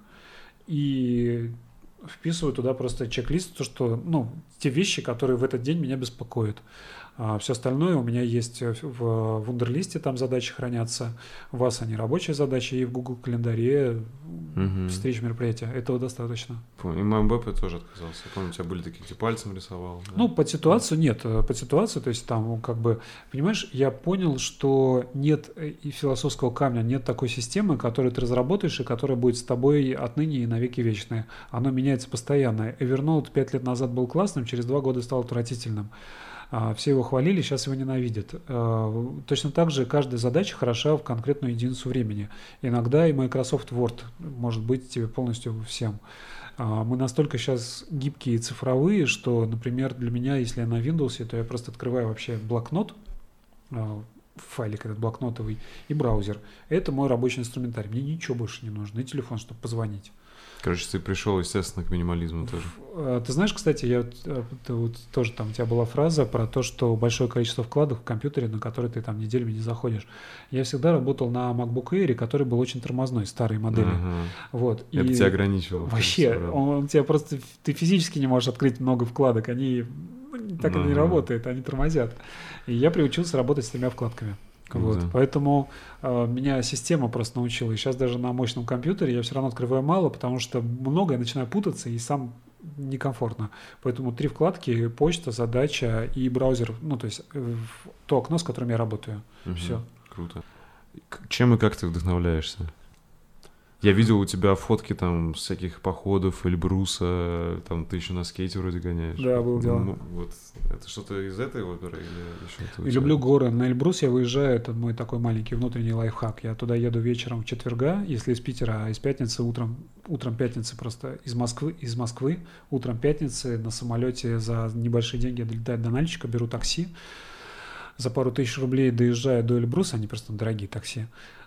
И вписываю туда просто чек-лист, то, что, ну, те вещи, которые в этот день меня беспокоят. А все остальное у меня есть в Wunderlist, там задачи хранятся, в Asana рабочие задачи, и в Google календаре угу. встреч, мероприятия. Этого достаточно. И MyMap я тоже отказался. Я помню, у тебя были такие, где пальцем рисовал. Да? Ну, под ситуацию нет. Под ситуацию, то есть там как бы, понимаешь, я понял, что нет и философского камня, нет такой системы, которую ты разработаешь и которая будет с тобой отныне и навеки вечная. Оно меняется постоянно. Evernote пять лет назад был классным, через два года стал отвратительным. Все его хвалили, сейчас его ненавидят. Точно так же каждая задача хороша в конкретную единицу времени. Иногда и Microsoft Word может быть тебе полностью всем. Мы настолько сейчас гибкие и цифровые, что, например, для меня, если я на Windows, то я просто открываю вообще блокнот, файлик этот блокнотовый, и браузер. Это мой рабочий инструментарий. Мне ничего больше не нужно. И телефон, чтобы позвонить. Короче, ты пришел, естественно, к минимализму тоже. Ты знаешь, кстати, я ты, вот, тоже там у тебя была фраза про то, что большое количество вкладов в компьютере, на которые ты там неделями не заходишь. Я всегда работал на MacBook Air, который был очень тормозной, старой модели. Ага. Вот. Это и тебя ограничивало. Вообще, он, он тебя просто... Ты физически не можешь открыть много вкладок. Они... Так ага. это не работает, они тормозят. И я приучился работать с тремя вкладками. Вот. Да. Поэтому э, меня система просто научила. И сейчас даже на мощном компьютере я все равно открываю мало, потому что много я начинаю путаться и сам некомфортно. Поэтому три вкладки: почта, задача и браузер. Ну, то есть э, то окно, с которым я работаю. Угу. Все. Круто. Чем и как ты вдохновляешься? Я видел у тебя фотки там всяких походов, Эльбруса, там ты еще на скейте вроде гоняешь. Да, был дело. Ну, вот. Это что-то из этой оперы или еще что-то? Люблю горы. На Эльбрус я выезжаю, это мой такой маленький внутренний лайфхак. Я туда еду вечером в четверга, если из Питера, а из пятницы утром, утром пятницы просто из Москвы, из Москвы, утром пятницы на самолете за небольшие деньги я долетаю до Нальчика, беру такси, за пару тысяч рублей доезжаю до Эльбруса, они просто дорогие такси.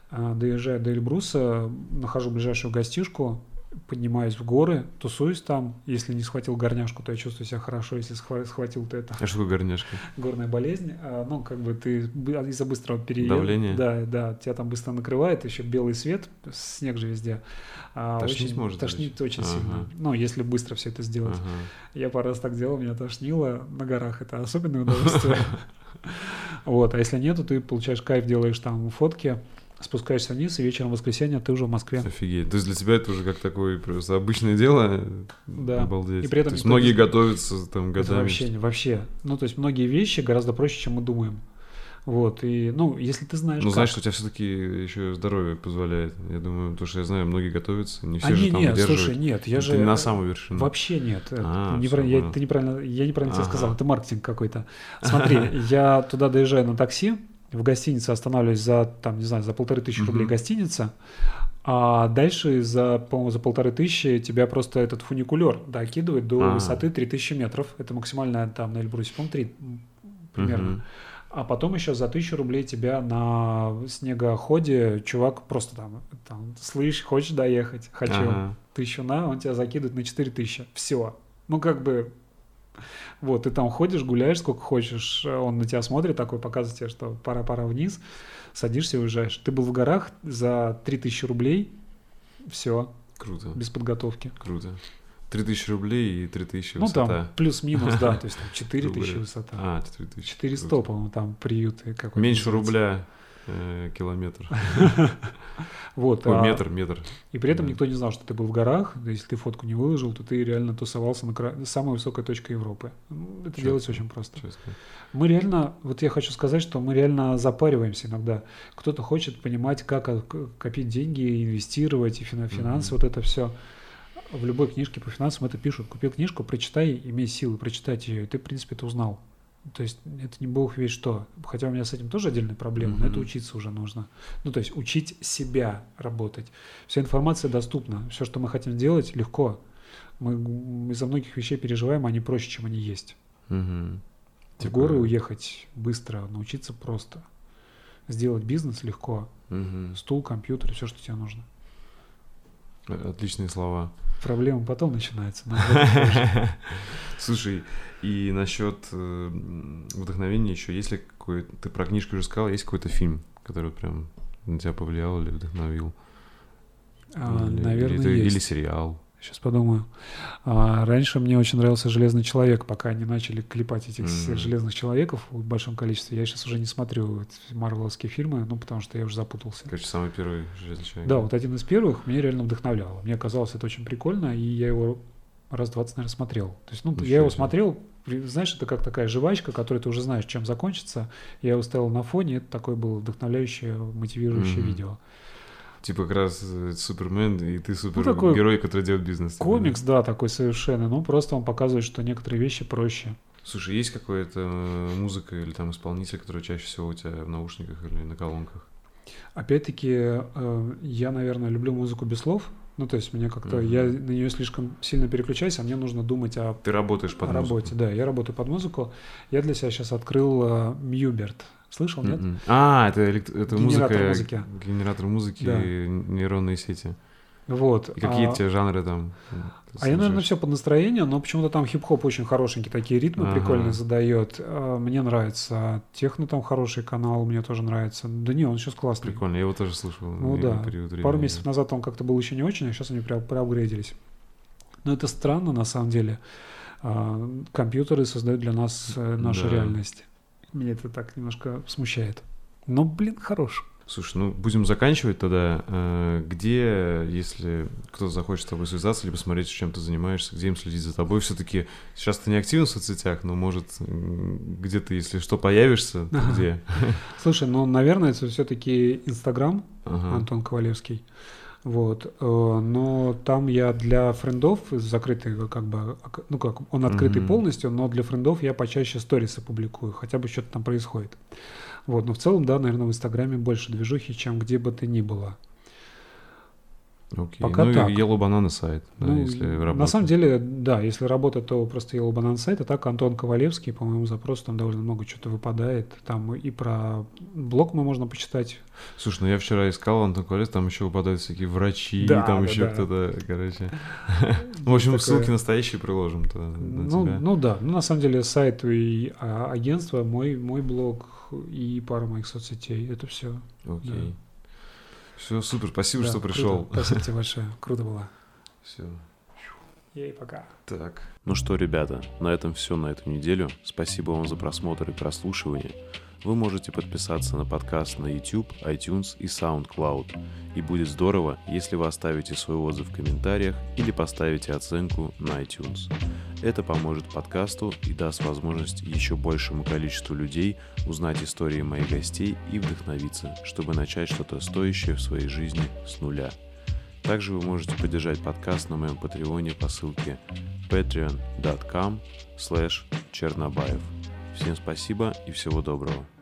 доезжаю до Эльбруса, нахожу ближайшую гостишку, поднимаюсь в горы, тусуюсь там. Если не схватил горняшку, то я чувствую себя хорошо. Если схватил, то это... А что такое горняшка? Горная болезнь. Ну, как бы ты из-за быстрого переезда... Давление? Да, да. Тебя там быстро накрывает. Еще белый свет, снег же везде. Тошнить очень, может? Тошнит быть? очень ага. сильно. Ну, если быстро все это сделать. Ага. Я пару раз так делал, меня тошнило. На горах это особенное удовольствие. Вот. А если нету, ты получаешь кайф, делаешь там фотки, спускаешься вниз, и вечером в воскресенье ты уже в Москве. Офигеть. То есть для тебя это уже как такое просто обычное дело? Да. Обалдеть. И при этом то есть многие не... готовятся там годами. Это вообще, вообще. Ну, то есть многие вещи гораздо проще, чем мы думаем. Вот. И, ну, если ты знаешь, Ну, как... знаешь, что у тебя все-таки еще здоровье позволяет. Я думаю, потому что я знаю, многие готовятся, не все а же не, там нет, выдерживают. слушай, нет, я ты же... не на самую вершину. Вообще нет. А, не всё, про... я, понял. ты неправильно... я неправильно тебе Ага. сказал, это маркетинг какой-то. Смотри, я туда доезжаю на такси, в гостинице останавливаюсь за, там, не знаю, за полторы тысячи рублей Мгм. гостиница, а дальше за, по-моему, за полторы тысячи тебя просто этот фуникулер докидывает до А. высоты три тысячи метров. Это максимальная там на Эльбрусе, по-моему, три примерно. Мгм. А потом еще за тысячу рублей тебя на снегоходе чувак просто там, там слышь, хочешь доехать? Хочу. Ага. Тысячу на, он тебя закидывает на четыре тысячи. Все. Ну, как бы... Вот, ты там ходишь, гуляешь сколько хочешь, он на тебя смотрит такой, показывает тебе, что пора-пора вниз, садишься и уезжаешь. Ты был в горах за три тысячи рублей, все, Круто. без подготовки. Круто. Три тысячи рублей и три тысячи Ну, высота. там плюс-минус, да, то есть там четыре Грубо тысячи говоря. высота. А, четыре тысячи. четыреста, Круто. по-моему, там приюты. какой-то Меньше называется. рубля э, километр. Вот, Ой, а- метр, метр. И при этом Да. никто не знал, что ты был в горах. Если ты фотку не выложил, то ты реально тусовался на кра... самой высокой точке Европы. Ну, Это Чётко. делается очень просто. Честно. Мы реально, вот я хочу сказать, что мы реально запариваемся иногда. Кто-то хочет понимать, как а, к- копить деньги, инвестировать, и фина- финансы, Мгм. вот это все. В любой книжке по финансам это пишут. Купил книжку, прочитай, имей силы прочитать ее, и ты, в принципе, это узнал. То есть это не бог весть что. Хотя у меня с этим тоже отдельная проблема, но это Мгм. учиться уже нужно. Ну, то есть учить себя работать. Вся информация доступна. Все, что мы хотим сделать, легко. Мы м, из-за многих вещей переживаем, они проще, чем они есть. Мгм. В Типа- горы уехать быстро, научиться просто. Сделать бизнес легко. Мгм. Стул, компьютер, все, что тебе нужно. Отличные слова. Проблема потом начинается. но об этом позже. Слушай, и насчет э, вдохновения еще, есть ли какой ты про книжку уже сказал, есть какой-то фильм, который прям на тебя повлиял или вдохновил? А, или, Наверное, или, это- есть. или сериал. Сейчас подумаю. А, раньше мне очень нравился «Железный человек», пока они начали клепать этих всех Мгм. железных человеков в большом количестве. Я сейчас уже не смотрю эти марвеловские фильмы, ну, потому что я уже запутался. Короче, самый первый «Железный человек». Да, вот один из первых меня реально вдохновлял. Мне казалось это очень прикольно, и я его раз двадцать, наверное, смотрел. То есть, ну, Ничего я его себе. смотрел, при- знаешь, это как такая жвачка, которую ты уже знаешь, чем закончится. Я его ставил на фоне, это такое было вдохновляющее, мотивирующее Мгм. видео. Типа как раз э, Супермен, и ты такой супергерой, который делает бизнес. типа, Комикс, да? да, такой совершенно. Ну, просто он показывает, что некоторые вещи проще. Слушай, есть какая-то э, музыка или там исполнитель, который чаще всего у тебя в наушниках или на колонках? Опять-таки, э, я, наверное, люблю музыку без слов. Ну, то есть мне как-то, Мгм. я на нее слишком сильно переключаюсь, а мне нужно думать о, Ты работаешь под о музыку? работе. Да, я работаю под музыку. Я для себя сейчас открыл э, Мьюберт. Слышал, нет? М-м. А, это, элект- это Генератор музыка, музыки. генератор музыки, Да. и нейронные сети. Вот. И какие а, те жанры там? ты а я, наверное, слушаешь? все под настроение, но почему-то там хип-хоп очень хорошенький, такие ритмы Ага. прикольные задает. А, Мне нравится. Техно там хороший канал, мне тоже нравится. Да не, он сейчас классный. Прикольно, я его тоже слушал. Ну на да, период времени. пару месяцев назад он как-то был еще не очень, а сейчас они прям проапгрейдились. Но это странно, на самом деле. А, Компьютеры создают для нас э, нашу Да. реальность. Меня это так немножко смущает. Но, блин, хорош. Слушай, ну будем заканчивать тогда. Э, Где, если кто-то захочет с тобой связаться, либо посмотреть, чем ты занимаешься, где им следить за тобой? Все-таки сейчас ты не активен в соцсетях, но, может, м, где-то, если что, появишься, то Ага. где? Слушай, ну, наверное, это все-таки Инстаграм, Ага. Антон Ковалевский. Вот. э, Но там я для френдов закрытый, как бы, ак- ну как, он открытый Мгм. полностью, но для френдов я почаще сторисы публикую, хотя бы что-то там происходит. Вот. Но в целом, да, наверное, в Инстаграме больше движухи, чем где бы ты ни было. Окей. Пока ну так. и Yellow Banana сайт, да, Ну, если работать. на самом деле, да, если работать, то просто Yellow Banana сайт, а так Антон Ковалевский, по-моему, запрос там довольно много чего-то выпадает. Там и про блог мы можно почитать. Слушай, ну я вчера искал Антон Ковалевский, там еще выпадают всякие врачи, Да, там да, еще да. кто-то, короче. В общем, такое- ссылки настоящие приложим-то на Ну, тебя. ну да, ну на самом деле сайт и а, агентство, мой, мой блог и пара моих соцсетей, это все. Окей. Все, супер, спасибо, Да, что круто. пришел. Спасибо тебе большое, круто было. Все. Ей, пока. Так. Ну что, ребята, на этом все на эту неделю. Спасибо вам за просмотр и прослушивание. Вы можете подписаться на подкаст на YouTube, iTunes и SoundCloud. И будет здорово, если вы оставите свой отзыв в комментариях или поставите оценку на iTunes. Это поможет подкасту и даст возможность еще большему количеству людей узнать истории моих гостей и вдохновиться, чтобы начать что-то стоящее в своей жизни с нуля. Также вы можете поддержать подкаст на моем патреоне по ссылке patreon точка com слэш чернобаев. Всем спасибо и всего доброго.